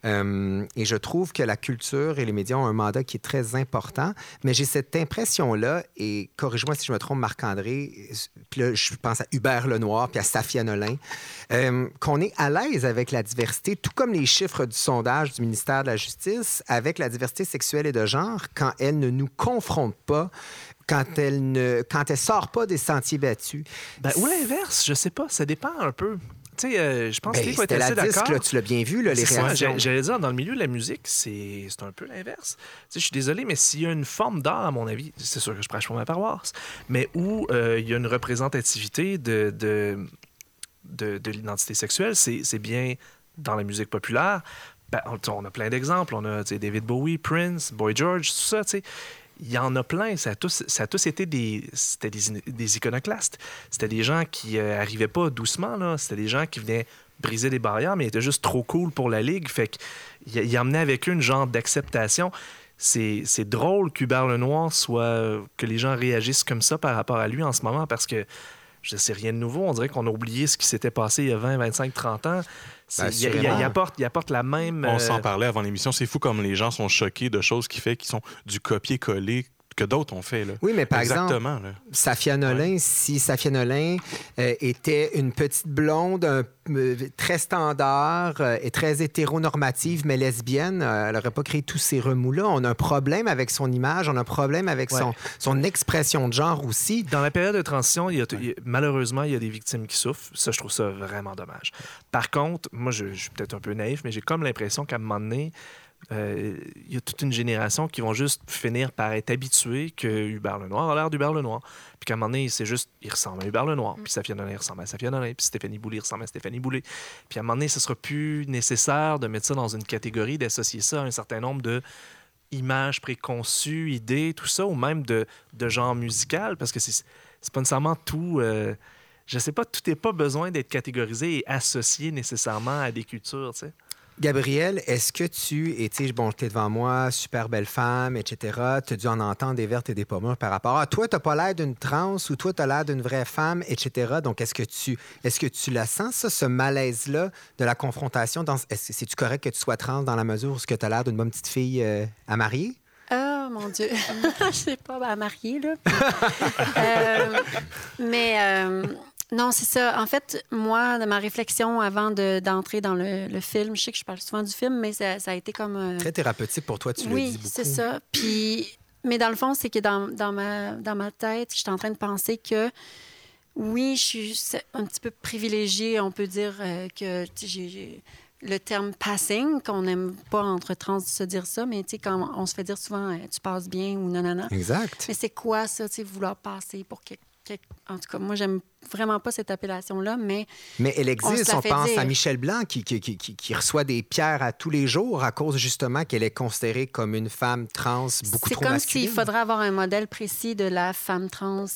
Et je trouve que la culture et les médias ont un mandat qui est très important. Mais j'ai cette impression-là, et corrige-moi si je me trompe, Marc-André, puis là, je pense à Hubert Lenoir puis à Safia Nolin, qu'on est à l'aise avec la diversité, tout comme les chiffres du sondage du ministère de la Justice, avec la diversité sexuelle et de genre, quand elle ne nous confronte pas, quand elle sort pas des sentiers battus. Ou l'inverse, je sais pas, ça dépend un peu. Tu sais, je pense qu'il faut être assez d'accord. Disque, là, tu l'as bien vu, là, les réactions. J'allais dire, dans le milieu de la musique, c'est un peu l'inverse. Tu sais, je suis désolé, mais s'il y a une forme d'art, à mon avis, c'est sûr que je prêche pour ma paroisse, mais où il y a une représentativité de l'identité sexuelle, c'est bien dans la musique populaire. On a plein d'exemples. On a David Bowie, Prince, Boy George, tout ça. Il y en a plein. Ça a tous été des iconoclastes. C'était des gens qui arrivaient pas doucement. Là. C'était des gens qui venaient briser des barrières, mais ils étaient juste trop cool pour la Ligue. Fait qu'ils emmenaient avec eux une genre d'acceptation. C'est drôle qu'Hubert Lenoir que les gens réagissent comme ça par rapport à lui en ce moment, parce que c'est rien de nouveau. On dirait qu'on a oublié ce qui s'était passé il y a 20, 25, 30 ans. Il apporte la même... On s'en parlait avant l'émission. C'est fou comme les gens sont choqués de choses qui sont du copier-coller que d'autres ont fait. Là. Oui, mais par exemple, là. Safia Nolin, si Safia Nolin était une petite blonde très standard et très hétéronormative, mais lesbienne, elle n'aurait pas créé tous ces remous-là. On a un problème avec son image, on a un problème avec son expression de genre aussi. Dans la période de transition, malheureusement, il y a des victimes qui souffrent. Ça, je trouve ça vraiment dommage. Par contre, moi, je suis peut-être un peu naïf, mais j'ai comme l'impression qu'à un moment donné, il y a toute une génération qui vont juste finir par être habitués que Hubert Lenoir a l'air d'Hubert Lenoir. Puis qu'à un moment donné, il ressemble à Hubert Lenoir. Puis Safia Nolin ressemble à Safia Nolin. Puis Stéphanie Boulay ressemble à Stéphanie Boulay. Puis à un moment donné, ce ne sera plus nécessaire de mettre ça dans une catégorie, d'associer ça à un certain nombre de images préconçues, idées, tout ça, ou même de genre musical, parce que c'est pas nécessairement tout... je sais pas, tout n'est pas besoin d'être catégorisé et associé nécessairement à des cultures, tu sais. Gabrielle, est-ce que tu étais, bon, t'es devant moi, super belle femme, etc. Tu as dû en entendre des vertes et des pas mûres par rapport à toi, t'as pas l'air d'une trans ou toi, t'as l'air d'une vraie femme, etc. Donc, est-ce que tu la sens, ça, ce malaise-là de la confrontation? C'est-tu correct que tu sois trans dans la mesure où tu as l'air d'une bonne petite fille à marier? Oh, mon Dieu. Je sais pas, à marier, là. Non, c'est ça. En fait, moi, de ma réflexion avant d'entrer dans le film, je sais que je parle souvent du film, mais ça a été comme... Très thérapeutique pour toi, tu le dis beaucoup. Oui, c'est ça. Mais dans le fond, c'est que dans ma tête, je suis en train de penser que, oui, je suis un petit peu privilégiée. On peut dire que j'ai le terme « passing », qu'on n'aime pas entre trans se dire ça, mais quand on se fait dire souvent « tu passes bien » ou « non. » Exact. Mais c'est quoi ça, vouloir passer pour en tout cas, moi, j'aime vraiment pas cette appellation-là, mais... Mais elle existe. On pense dire. à Michel Blanc qui reçoit des pierres à tous les jours à cause, justement, qu'elle est considérée comme une femme trans beaucoup trop masculine. C'est comme s'il faudrait avoir un modèle précis de la femme trans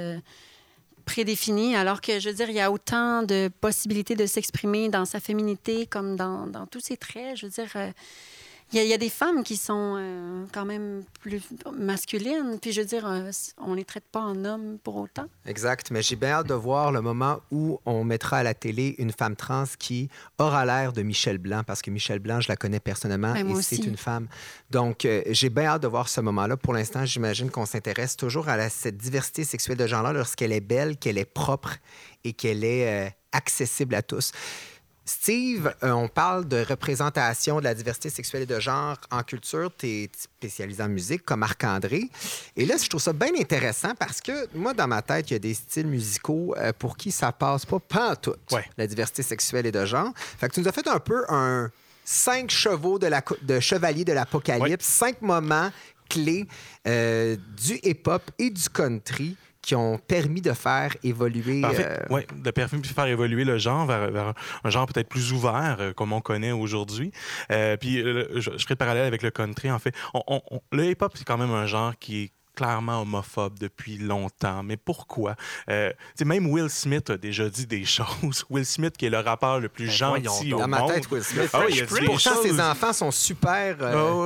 prédéfinie, alors que, je veux dire, il y a autant de possibilités de s'exprimer dans sa féminité comme dans tous ses traits. Je veux dire... Il y a des femmes qui sont quand même plus masculines, puis je veux dire, on les traite pas en hommes pour autant. Exact, mais j'ai bien hâte de voir le moment où on mettra à la télé une femme trans qui aura l'air de Michel Blanc, parce que Michel Blanc, je la connais personnellement et c'est une femme. Donc, j'ai bien hâte de voir ce moment-là. Pour l'instant, j'imagine qu'on s'intéresse toujours à cette diversité sexuelle de genre-là lorsqu'elle est belle, qu'elle est propre et qu'elle est accessible à tous. Steve, on parle de représentation de la diversité sexuelle et de genre en culture. Tu es spécialisé en musique comme Marc-André. Et là, je trouve ça bien intéressant parce que moi, dans ma tête, il y a des styles musicaux pour qui ça passe pas pantoute, la diversité sexuelle et de genre. Fait que tu nous as fait un peu un 5 chevaux de chevalier de l'Apocalypse, 5 moments clés du hip-hop et du country qui ont permis de faire évoluer... de permis de faire évoluer le genre vers un genre peut-être plus ouvert, comme on connaît aujourd'hui. Puis je ferai le parallèle avec le country, en fait. Le hip-hop, c'est quand même un genre qui est clairement homophobe depuis longtemps. Mais pourquoi? Même Will Smith a déjà dit des choses. Will Smith, qui est le rappeur le plus gentil au monde. Dans ma tête, Will Smith. Il a dit pourtant, ses enfants sont super...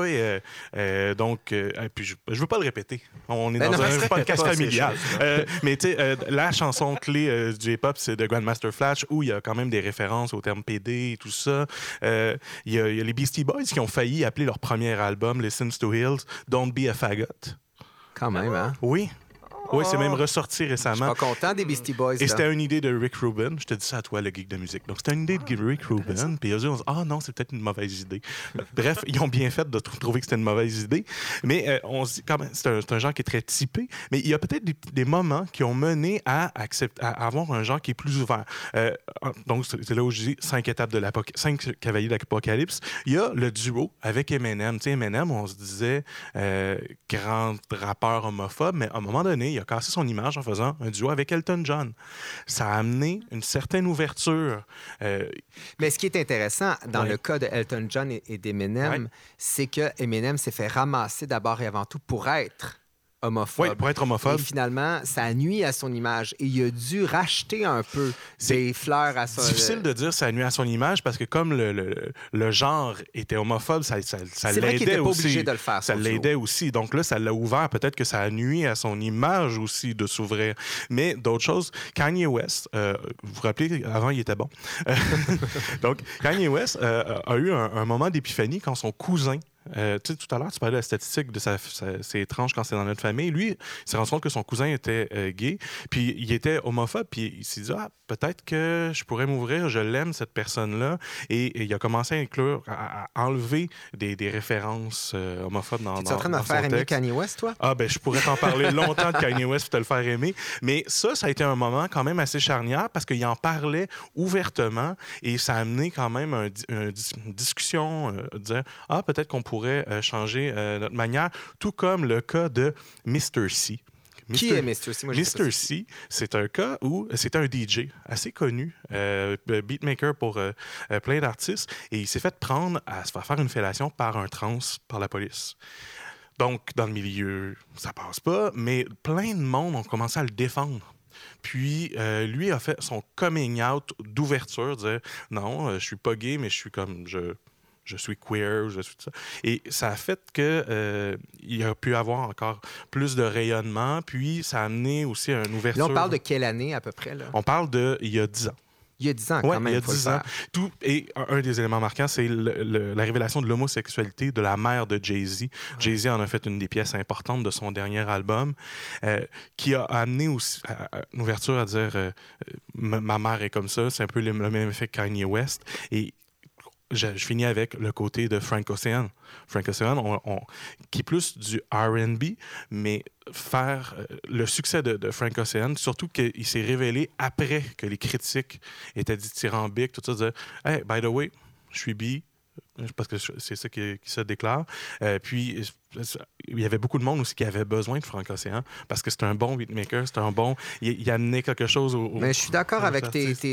donc, puis je veux pas le répéter. On est dans un podcast familial. Mais tu sais, la chanson clé du hip-hop, c'est de Grandmaster Flash, où il y a quand même des références au terme PD et tout ça. Il y a les Beastie Boys qui ont failli appeler leur premier album, Listen to Hills, Don't Be a Faggot. Quand même, hein? Oui. Oui, c'est même ressorti récemment. Je suis pas content des Beastie Boys. Et c'était une idée de Rick Rubin. Je te dis ça à toi, le geek de musique. Donc, c'était une idée de Rick Rubin. Puis eux, on se dit, non, c'est peut-être une mauvaise idée. Bref, ils ont bien fait de trouver que c'était une mauvaise idée. Mais on se dit, quand même, c'est un genre qui est très typé. Mais il y a peut-être des moments qui ont mené à avoir un genre qui est plus ouvert. Donc, c'est là où je dis 5 cavaliers de l'Apocalypse. Il y a le duo avec Eminem. Tu sais, Eminem, on se disait grand rappeur homophobe, mais à un moment donné, il a cassé son image en faisant un duo avec Elton John. Ça a amené une certaine ouverture. Mais ce qui est intéressant dans le cas de Elton John et d'Eminem, c'est que Eminem s'est fait ramasser d'abord et avant tout pour être homophobe. Oui, pour être homophobe. Et finalement, ça nuit à son image. Et il a dû racheter un peu des fleurs à son... C'est difficile de dire ça nuit à son image parce que comme le genre était homophobe, ça l'aidait aussi. C'est vrai qu'il n'était pas obligé de le faire. Ça l'aidait aussi. Donc là, ça l'a ouvert. Peut-être que ça a nuit à son image aussi de s'ouvrir. Mais d'autres choses, Kanye West, vous vous rappelez, avant, il était bon. Donc, Kanye West a eu un moment d'épiphanie quand son cousin... tu sais, tout à l'heure, tu parlais de la statistique de c'est étrange quand c'est dans notre famille. Lui, il s'est rendu compte que son cousin était gay, puis il était homophobe, puis il s'est dit, peut-être que je pourrais m'ouvrir, je l'aime, cette personne-là. Et il a commencé à inclure, à enlever des références homophobes dans son texte. Tu es en train de me faire aimer Kanye West, toi? Je pourrais t'en parler longtemps de Kanye West pour te le faire aimer. Mais ça a été un moment quand même assez charnière parce qu'il en parlait ouvertement et ça a amené quand même une discussion, dire, peut-être qu'on pourrait changer notre manière, tout comme le cas de Mr. C. Qui est Mr. C? Mr. C, c'est un cas où c'est un DJ assez connu, beatmaker pour plein d'artistes, et il s'est fait prendre à se faire une fellation par un trans par la police. Donc, dans le milieu, ça passe pas, mais plein de monde ont commencé à le défendre. Puis, lui a fait son coming out d'ouverture, dire « Non, je suis pas gay, mais je suis comme... je suis queer, je suis tout ça. Et ça a fait que il a pu avoir encore plus de rayonnement, puis ça a amené aussi une ouverture. Là, on parle de quelle année à peu près? Là? On parle il y a 10 ans. Il y a 10 ans, quand Ouais, même. il y a 10 ans. Et un des éléments marquants, c'est la révélation de l'homosexualité de la mère de Jay-Z. Ouais. Jay-Z en a fait une des pièces importantes de son dernier album, qui a amené aussi une ouverture à dire ma mère est comme ça. C'est un peu le même effet que Kanye West. Et je finis avec le côté de Frank Ocean. Frank Ocean, qui est plus du R&B, mais faire le succès de Frank Ocean, surtout qu'il s'est révélé après que les critiques étaient dithyrambiques, tout ça, de « Hey, by the way, je suis bi », parce que c'est ça qui se déclare. Puis, il y avait beaucoup de monde aussi qui avait besoin de Frank Ocean parce que c'est un bon beatmaker, c'est un bon... Il amenait quelque chose Mais je suis d'accord avec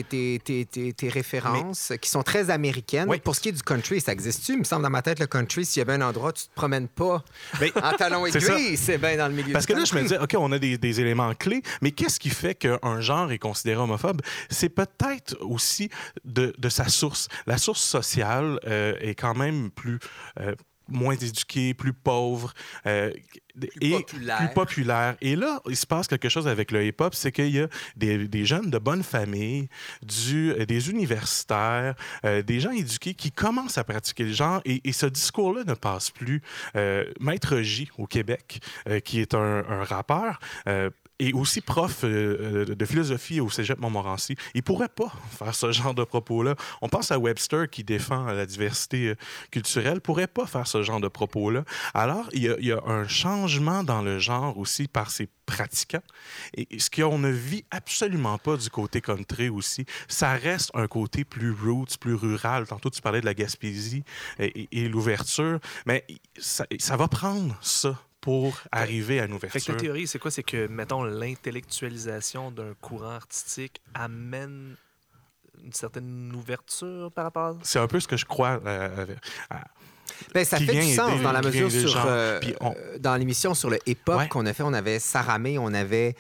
tes références qui sont très américaines. Oui. Pour ce qui est du country, ça existe-tu? Il me semble dans ma tête, le country, s'il y avait un endroit où tu te promènes pas en talons aiguilles, c'est bien dans le milieu parce du que country. Là, je me disais, OK, on a des éléments clés, mais qu'est-ce qui fait qu'un genre est considéré homophobe? C'est peut-être aussi de sa source. La source sociale est quand même moins éduqués, plus pauvres plus populaires. Et là, il se passe quelque chose avec le hip-hop, c'est qu'il y a des jeunes de bonne famille, des universitaires, des gens éduqués qui commencent à pratiquer le genre et ce discours-là ne passe plus. Maître J au Québec, qui est un rappeur, et aussi prof de philosophie au Cégep Montmorency, il ne pourrait pas faire ce genre de propos-là. On pense à Webster qui défend la diversité culturelle, ne pourrait pas faire ce genre de propos-là. Alors, il y a un changement dans le genre aussi par ses pratiquants. Et ce qu'on ne vit absolument pas du côté country aussi, ça reste un côté plus roots, plus rural. Tantôt, tu parlais de la Gaspésie et l'ouverture, mais ça va prendre ça pour arriver à une ouverture. Fait que la théorie, c'est quoi? C'est que, mettons, l'intellectualisation d'un courant artistique amène une certaine ouverture par rapport à... C'est un peu ce que je crois. Ça fait du sens dans la mesure dans l'émission sur le hip-hop qu'on a fait. On avait Sarah May, on avait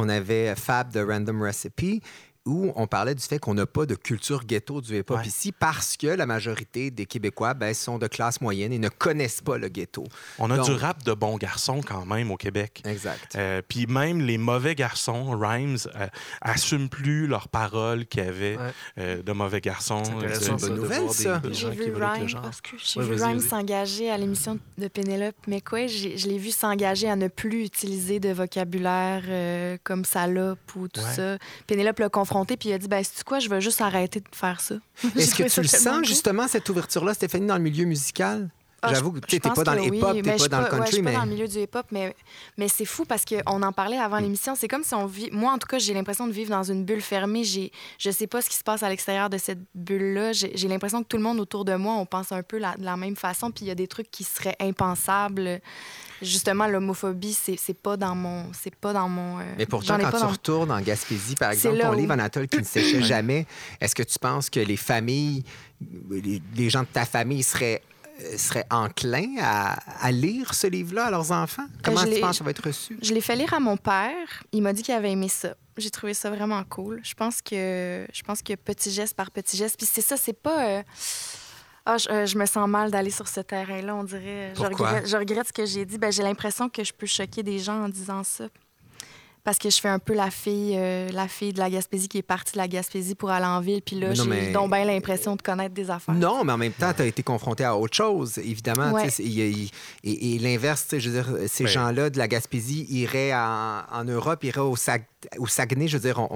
Fab de Random Recipe, où on parlait du fait qu'on n'a pas de culture ghetto du hip-hop ici parce que la majorité des Québécois sont de classe moyenne et ne connaissent pas le ghetto. On a du rap de bons garçons quand même au Québec. Exact. Puis même les mauvais garçons, Rhymes, assument plus leurs paroles qu'il y avait de mauvais garçons. C'est une bonne nouvelle, ça. J'ai vu Rhymes s'engager à l'émission de Pénélope McQuaid. Je l'ai vu s'engager à ne plus utiliser de vocabulaire comme salope ou tout ça. Pénélope l'a confronté puis il a dit c'est quoi, je veux juste arrêter de faire ça. Est-ce que tu le sens justement cette ouverture-là, Stéphanie, dans le milieu musical? J'avoue que tu n'es pas dans le hip-hop, tu n'es pas dans le country, je suis pas dans le milieu du hip-hop, mais c'est fou parce qu'on en parlait avant l'émission. C'est comme si on vit... Moi, en tout cas, j'ai l'impression de vivre dans une bulle fermée. Je sais pas ce qui se passe à l'extérieur de cette bulle-là. J'ai l'impression que tout le monde autour de moi, on pense un peu de la même façon, puis il y a des trucs qui seraient impensables. Justement, l'homophobie, c'est pas dans mon... Mais pourtant, quand tu retournes en Gaspésie, par exemple, ton livre Anatole qui ne séchait jamais, est-ce que tu penses que les familles, les gens de ta famille seraient enclins à lire ce livre-là à leurs enfants? Comment tu penses que ça va être reçu? Je l'ai fait lire à mon père. Il m'a dit qu'il avait aimé ça. J'ai trouvé ça vraiment cool. Je pense que petit geste par petit geste. Puis c'est ça, c'est pas... je me sens mal d'aller sur ce terrain-là, on dirait. Je regrette ce que j'ai dit. J'ai l'impression que je peux choquer des gens en disant ça. Parce que je fais un peu la fille de la Gaspésie qui est partie de la Gaspésie pour aller en ville. Puis là, j'ai donc bien l'impression de connaître des affaires. Non, mais en même temps, tu as été confronté à autre chose, évidemment. Ouais. Et l'inverse, je veux dire, ces gens-là de la Gaspésie iraient en Europe, iraient au Saguenay. Je veux dire,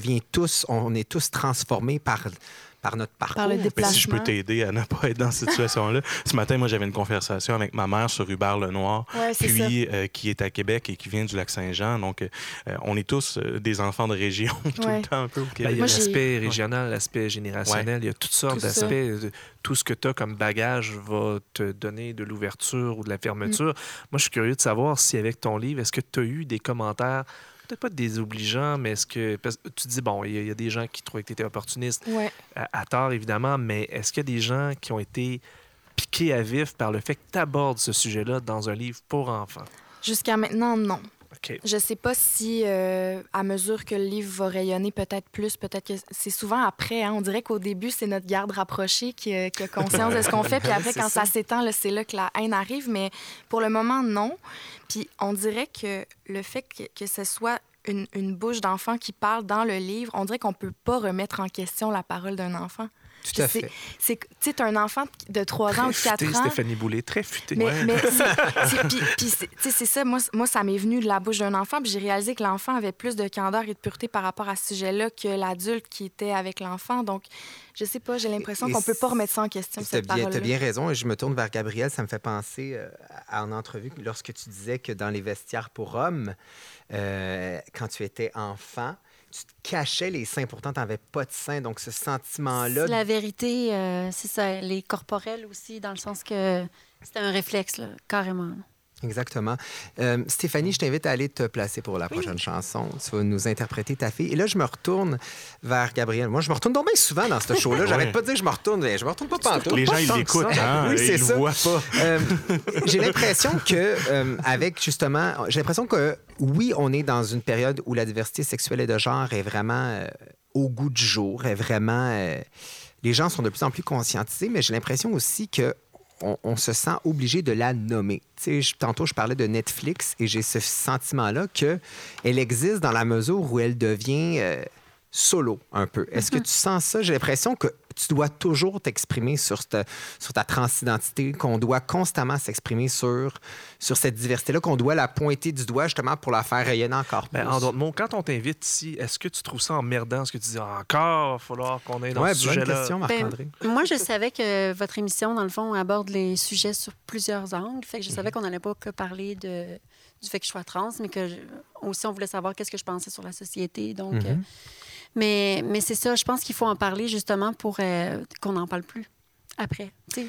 on est tous transformés par notre parcours. Par le déplacement. Si je peux t'aider à ne pas être dans cette situation-là. Ce matin, moi, j'avais une conversation avec ma mère sur Hubert-Lenoir, qui est à Québec et qui vient du Lac-Saint-Jean. Donc, on est tous des enfants de région tout le temps un peu au Québec. Il y a l'aspect régional, l'aspect générationnel. Il y a toutes sortes d'aspects. Tout ce que tu as comme bagage va te donner de l'ouverture ou de la fermeture. Moi, je suis curieux de savoir si, avec ton livre, est-ce que tu as eu des commentaires peut-être pas désobligeant, mais est-ce que... Parce que tu dis, bon, il y a des gens qui trouvaient que tu étais opportuniste, à tort, évidemment, mais est-ce qu'il y a des gens qui ont été piqués à vif par le fait que tu abordes ce sujet-là dans un livre pour enfants? Jusqu'à maintenant, non. OK. Je sais pas si, à mesure que le livre va rayonner peut-être plus, peut-être que c'est souvent après. Hein, on dirait qu'au début, c'est notre garde rapprochée qui a conscience de ce qu'on fait. Puis après, quand ça s'étend, là, c'est là que la haine arrive. Mais pour le moment, non. Puis on dirait que le fait que ce soit une bouche d'enfant qui parle dans le livre, on dirait qu'on peut pas remettre en question la parole d'un enfant. Tout à fait. Tu sais, un enfant de 3 ans ou 4 ans... Stéphanie Boulay, très futé. Mais c'est ça. Moi, ça m'est venu de la bouche d'un enfant, puis j'ai réalisé que l'enfant avait plus de candeur et de pureté par rapport à ce sujet-là que l'adulte qui était avec l'enfant. Donc, je sais pas, j'ai l'impression qu'on peut pas remettre ça en question, cette parole-là. Tu as bien raison, et je me tourne vers Gabrielle. Ça me fait penser à une entrevue lorsque tu disais que dans les vestiaires pour hommes, quand tu étais enfant, tu te cachais les seins, pourtant tu n'avais pas de seins. Donc, ce sentiment-là... La vérité, c'est ça, les corporels aussi, dans le sens que c'était un réflexe, là, carrément. Exactement. Stéphanie, je t'invite à aller te placer pour la prochaine chanson. Tu vas nous interpréter ta fille. Et là, je me retourne vers Gabrielle. Moi, je me retourne donc bien souvent dans ce show-là. J'arrête pas de dire que je me retourne. Je me retourne pas pantoute. Les gens, ils l'écoutent, hein? Oui, c'est ils ça. le voient pas. J'ai l'impression que, avec justement... J'ai l'impression que, oui, on est dans une période où la diversité sexuelle et de genre est vraiment au goût du jour, est vraiment... les gens sont de plus en plus conscientisés, mais j'ai l'impression aussi que on se sent obligé de la nommer. Tantôt, je parlais de Netflix et j'ai ce sentiment-là qu'elle existe dans la mesure où elle devient solo un peu. Est-ce que tu sens ça? J'ai l'impression que tu dois toujours t'exprimer sur ta transidentité, qu'on doit constamment s'exprimer sur cette diversité-là, qu'on doit la pointer du doigt justement pour la faire rayonner encore plus. En d'autres mots, quand on t'invite ici, est-ce que tu trouves ça emmerdant? Est-ce que tu dis encore, il va falloir qu'on ait dans ce sujet-là? Bonne question, Marc-André. Moi, je savais que votre émission, dans le fond, aborde les sujets sur plusieurs angles. Fait que je savais qu'on n'allait pas que parler du fait que je sois trans, mais que aussi on voulait savoir qu'est-ce que je pensais sur la société. Donc, mais c'est ça, je pense qu'il faut en parler justement pour qu'on n'en parle plus après. T'sais.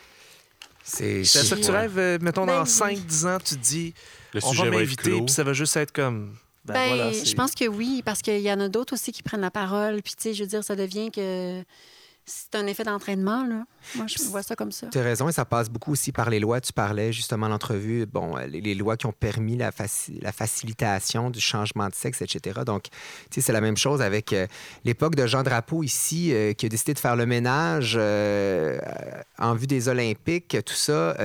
C'est ça que tu rêves, mettons, dans 5-10 ans, tu te dis, on va m'inviter, puis ça va juste être comme... voilà, je pense que oui, parce qu'il y en a d'autres aussi qui prennent la parole. Puis, tu sais, je veux dire, ça devient que c'est un effet d'entraînement, là. Moi, je vois ça comme ça. Tu as raison, et ça passe beaucoup aussi par les lois. Tu parlais justement à l'entrevue, les lois qui ont permis la facilitation du changement de sexe, etc. Donc, tu sais, c'est la même chose avec l'époque de Jean Drapeau ici, qui a décidé de faire le ménage en vue des Olympiques. Tout ça,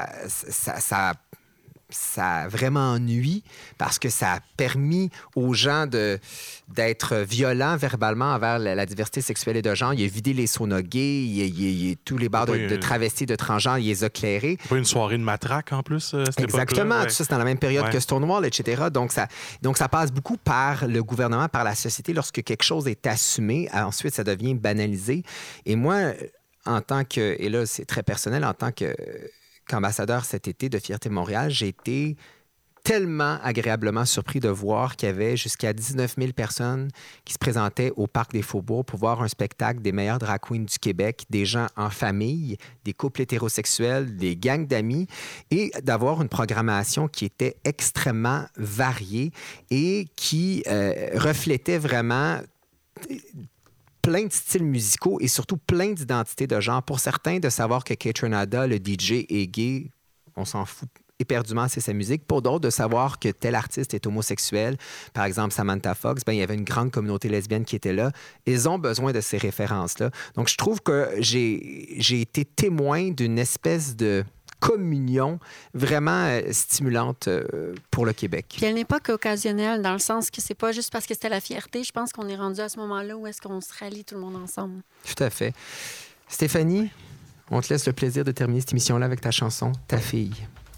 ça a vraiment ennuyé parce que ça a permis aux gens d'être violents verbalement envers la diversité sexuelle et de genre. Il a vidé les saunas gays, tous les bars de travestis, de transgenres, il les a clairés. Pas une soirée de matraque en plus, cette exactement, tout ça, c'est dans la même période que Stonewall, etc. Donc, ça passe beaucoup par le gouvernement, par la société. Lorsque quelque chose est assumé, ensuite, ça devient banalisé. Et moi, en tant que... Et là, c'est très personnel, en tant qu'ambassadeur cet été de Fierté Montréal, j'ai été tellement agréablement surpris de voir qu'il y avait jusqu'à 19 000 personnes qui se présentaient au Parc des Faubourgs pour voir un spectacle des meilleurs drag queens du Québec, des gens en famille, des couples hétérosexuels, des gangs d'amis, et d'avoir une programmation qui était extrêmement variée et qui reflétait vraiment plein de styles musicaux et surtout plein d'identités de genre. Pour certains, de savoir que Kate Renata, le DJ, est gay, on s'en fout éperdument, c'est sa musique. Pour d'autres, de savoir que tel artiste est homosexuel, par exemple Samantha Fox, il y avait une grande communauté lesbienne qui était là. Ils ont besoin de ces références-là. Donc, je trouve que j'ai été témoin d'une espèce de communion vraiment stimulante pour le Québec. Puis elle n'est pas qu'occasionnelle, dans le sens que c'est pas juste parce que c'était la fierté. Je pense qu'on est rendu à ce moment-là où est-ce qu'on se rallie tout le monde ensemble. Tout à fait. Stéphanie, on te laisse le plaisir de terminer cette émission-là avec ta chanson « Ta fille ».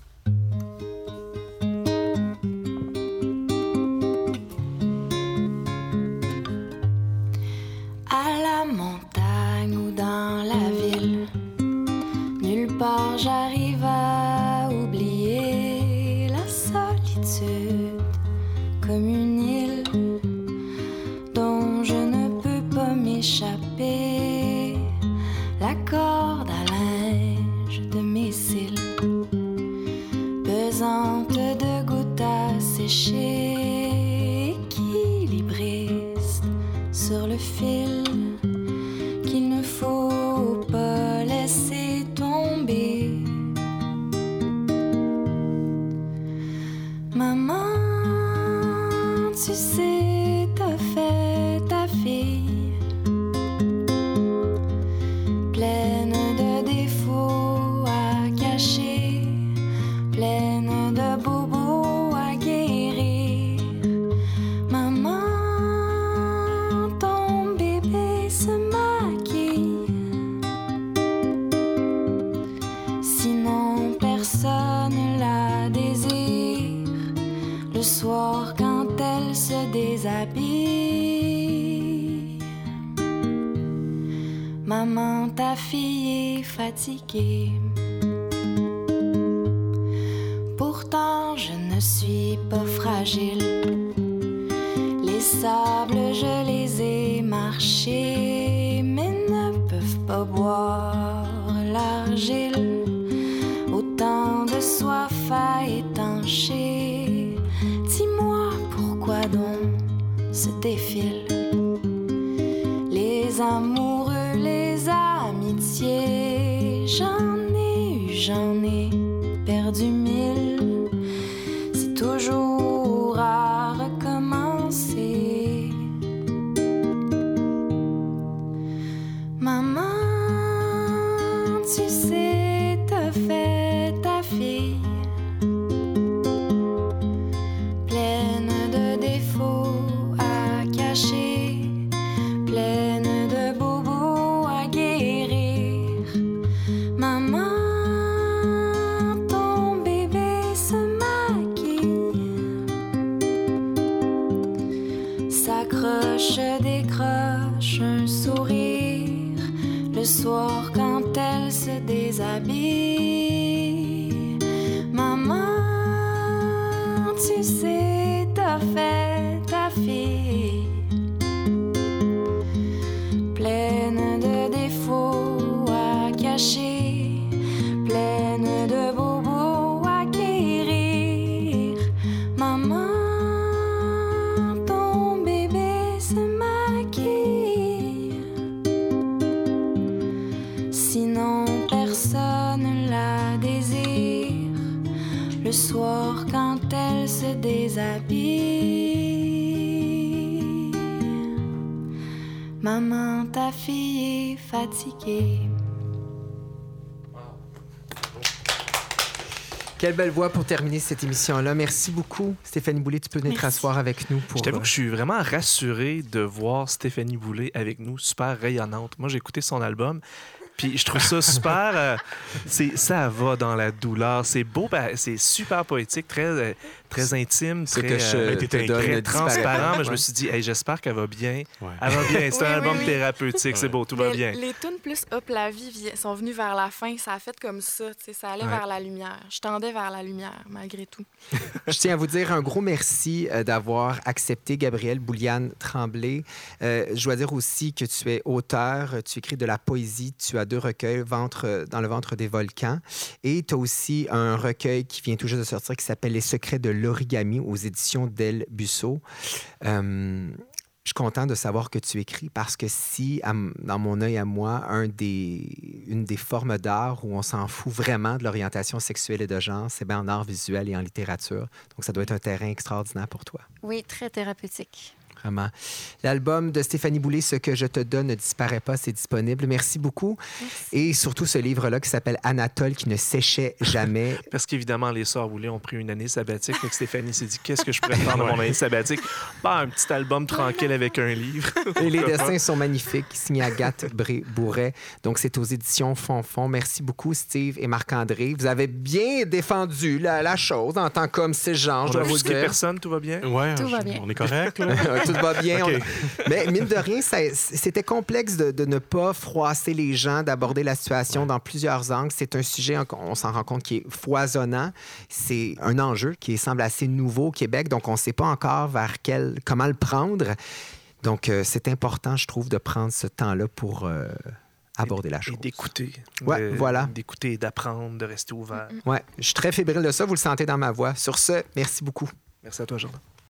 À la montagne ou dans la ville, nulle part j'arrive à oublier la solitude comme une île dont je ne peux pas m'échapper. La corde à linge de mes cils, pesante de gouttes à sécher, équilibriste sur le fil qu'il ne faut pas laisser tomber. Maman Maman, ta fille est fatiguée. Pourtant, je ne suis pas fragile. Les sables, je les ai marchés, mais ne peuvent pas boire l'argile. Autant de soif à étancher. Dis-moi pourquoi donc se défilent les amoureux, les amitiés. J'en ai perdu 1000. C'est toujours à recommencer. Maman, tu sais, t'as fait ta fille pleine de défauts à cacher, pleine de bobos à guérir. Maman, ton bébé se maquille, s'accroche, décroche un sourire le soir quand elle se déshabille. Maman, tu sais, t'as fait ta fille pleine de défauts à cacher, pleine de bobos à guérir. Maman, ton bébé se maquille, sinon personne la désire. Le soir quand elle se déshabille. Maman, ta fille est fatiguée. Quelle belle voix pour terminer cette émission-là. Merci beaucoup, Stéphanie Boulay. Tu peux venir t'asseoir avec nous pour... Je t'avoue que je suis vraiment rassuré de voir Stéphanie Boulay avec nous, super rayonnante. Moi, j'ai écouté son album, puis je trouve ça super... ça va dans la douleur. C'est beau, c'est super poétique, très intime, Ce très, que je te donne très disparaît transparent. pas. Mais je me suis dit, hey, j'espère qu'elle va bien. Ouais. Elle va bien. C'est un Oui, album oui. thérapeutique. C'est beau, tout va bien. Les tunes plus Hop la vie sont venues vers la fin. Ça a fait comme ça. Ça allait vers la lumière. Je tendais vers la lumière, malgré tout. Je tiens à vous dire un gros merci d'avoir accepté Gabrielle Bouliane-Tremblay. Je dois dire aussi que tu es auteur, tu écris de la poésie, tu as 2 recueils, Dans le ventre des volcans, et tu as aussi un recueil qui vient tout juste de sortir qui s'appelle Les secrets de l'origami aux éditions Del Busso. Je suis content de savoir que tu écris parce que si, dans mon œil à moi, une des formes d'art où on s'en fout vraiment de l'orientation sexuelle et de genre, c'est bien en art visuel et en littérature. Donc, ça doit être un terrain extraordinaire pour toi. Oui, très thérapeutique. Vraiment. L'album de Stéphanie Boulay, Ce que je te donne ne disparaît pas, c'est disponible. Merci beaucoup. Merci. Et surtout ce livre-là qui s'appelle Anatole, qui ne séchait jamais. Parce qu'évidemment, les sœurs Boulay ont pris une année sabbatique. Donc Stéphanie s'est dit, qu'est-ce que je pourrais faire de mon année sabbatique? Pas un petit album tranquille avec un livre. Et les dessins sont magnifiques, signé Agathe Bré-Bourret. Donc, c'est aux éditions Fonfon. Merci beaucoup, Steve et Marc-André. Vous avez bien défendu la chose en tant qu'homme cisgenre, je On a dois vous brusqué dire. personne, tout va bien? Ouais, Tout va bien. on est correct, là? Tout va bien. OK. Mais mine de rien, c'était complexe de ne pas froisser les gens, d'aborder la situation dans plusieurs angles. C'est un sujet, on s'en rend compte, qui est foisonnant. C'est un enjeu qui semble assez nouveau au Québec, donc on ne sait pas encore comment le prendre. Donc, c'est important, je trouve, de prendre ce temps-là pour aborder la chose. Et d'écouter. Ouais, voilà. D'écouter, d'apprendre, de rester ouvert. Ouais, je suis très fébrile de ça, vous le sentez dans ma voix. Sur ce, merci beaucoup. Merci à toi, Jordan.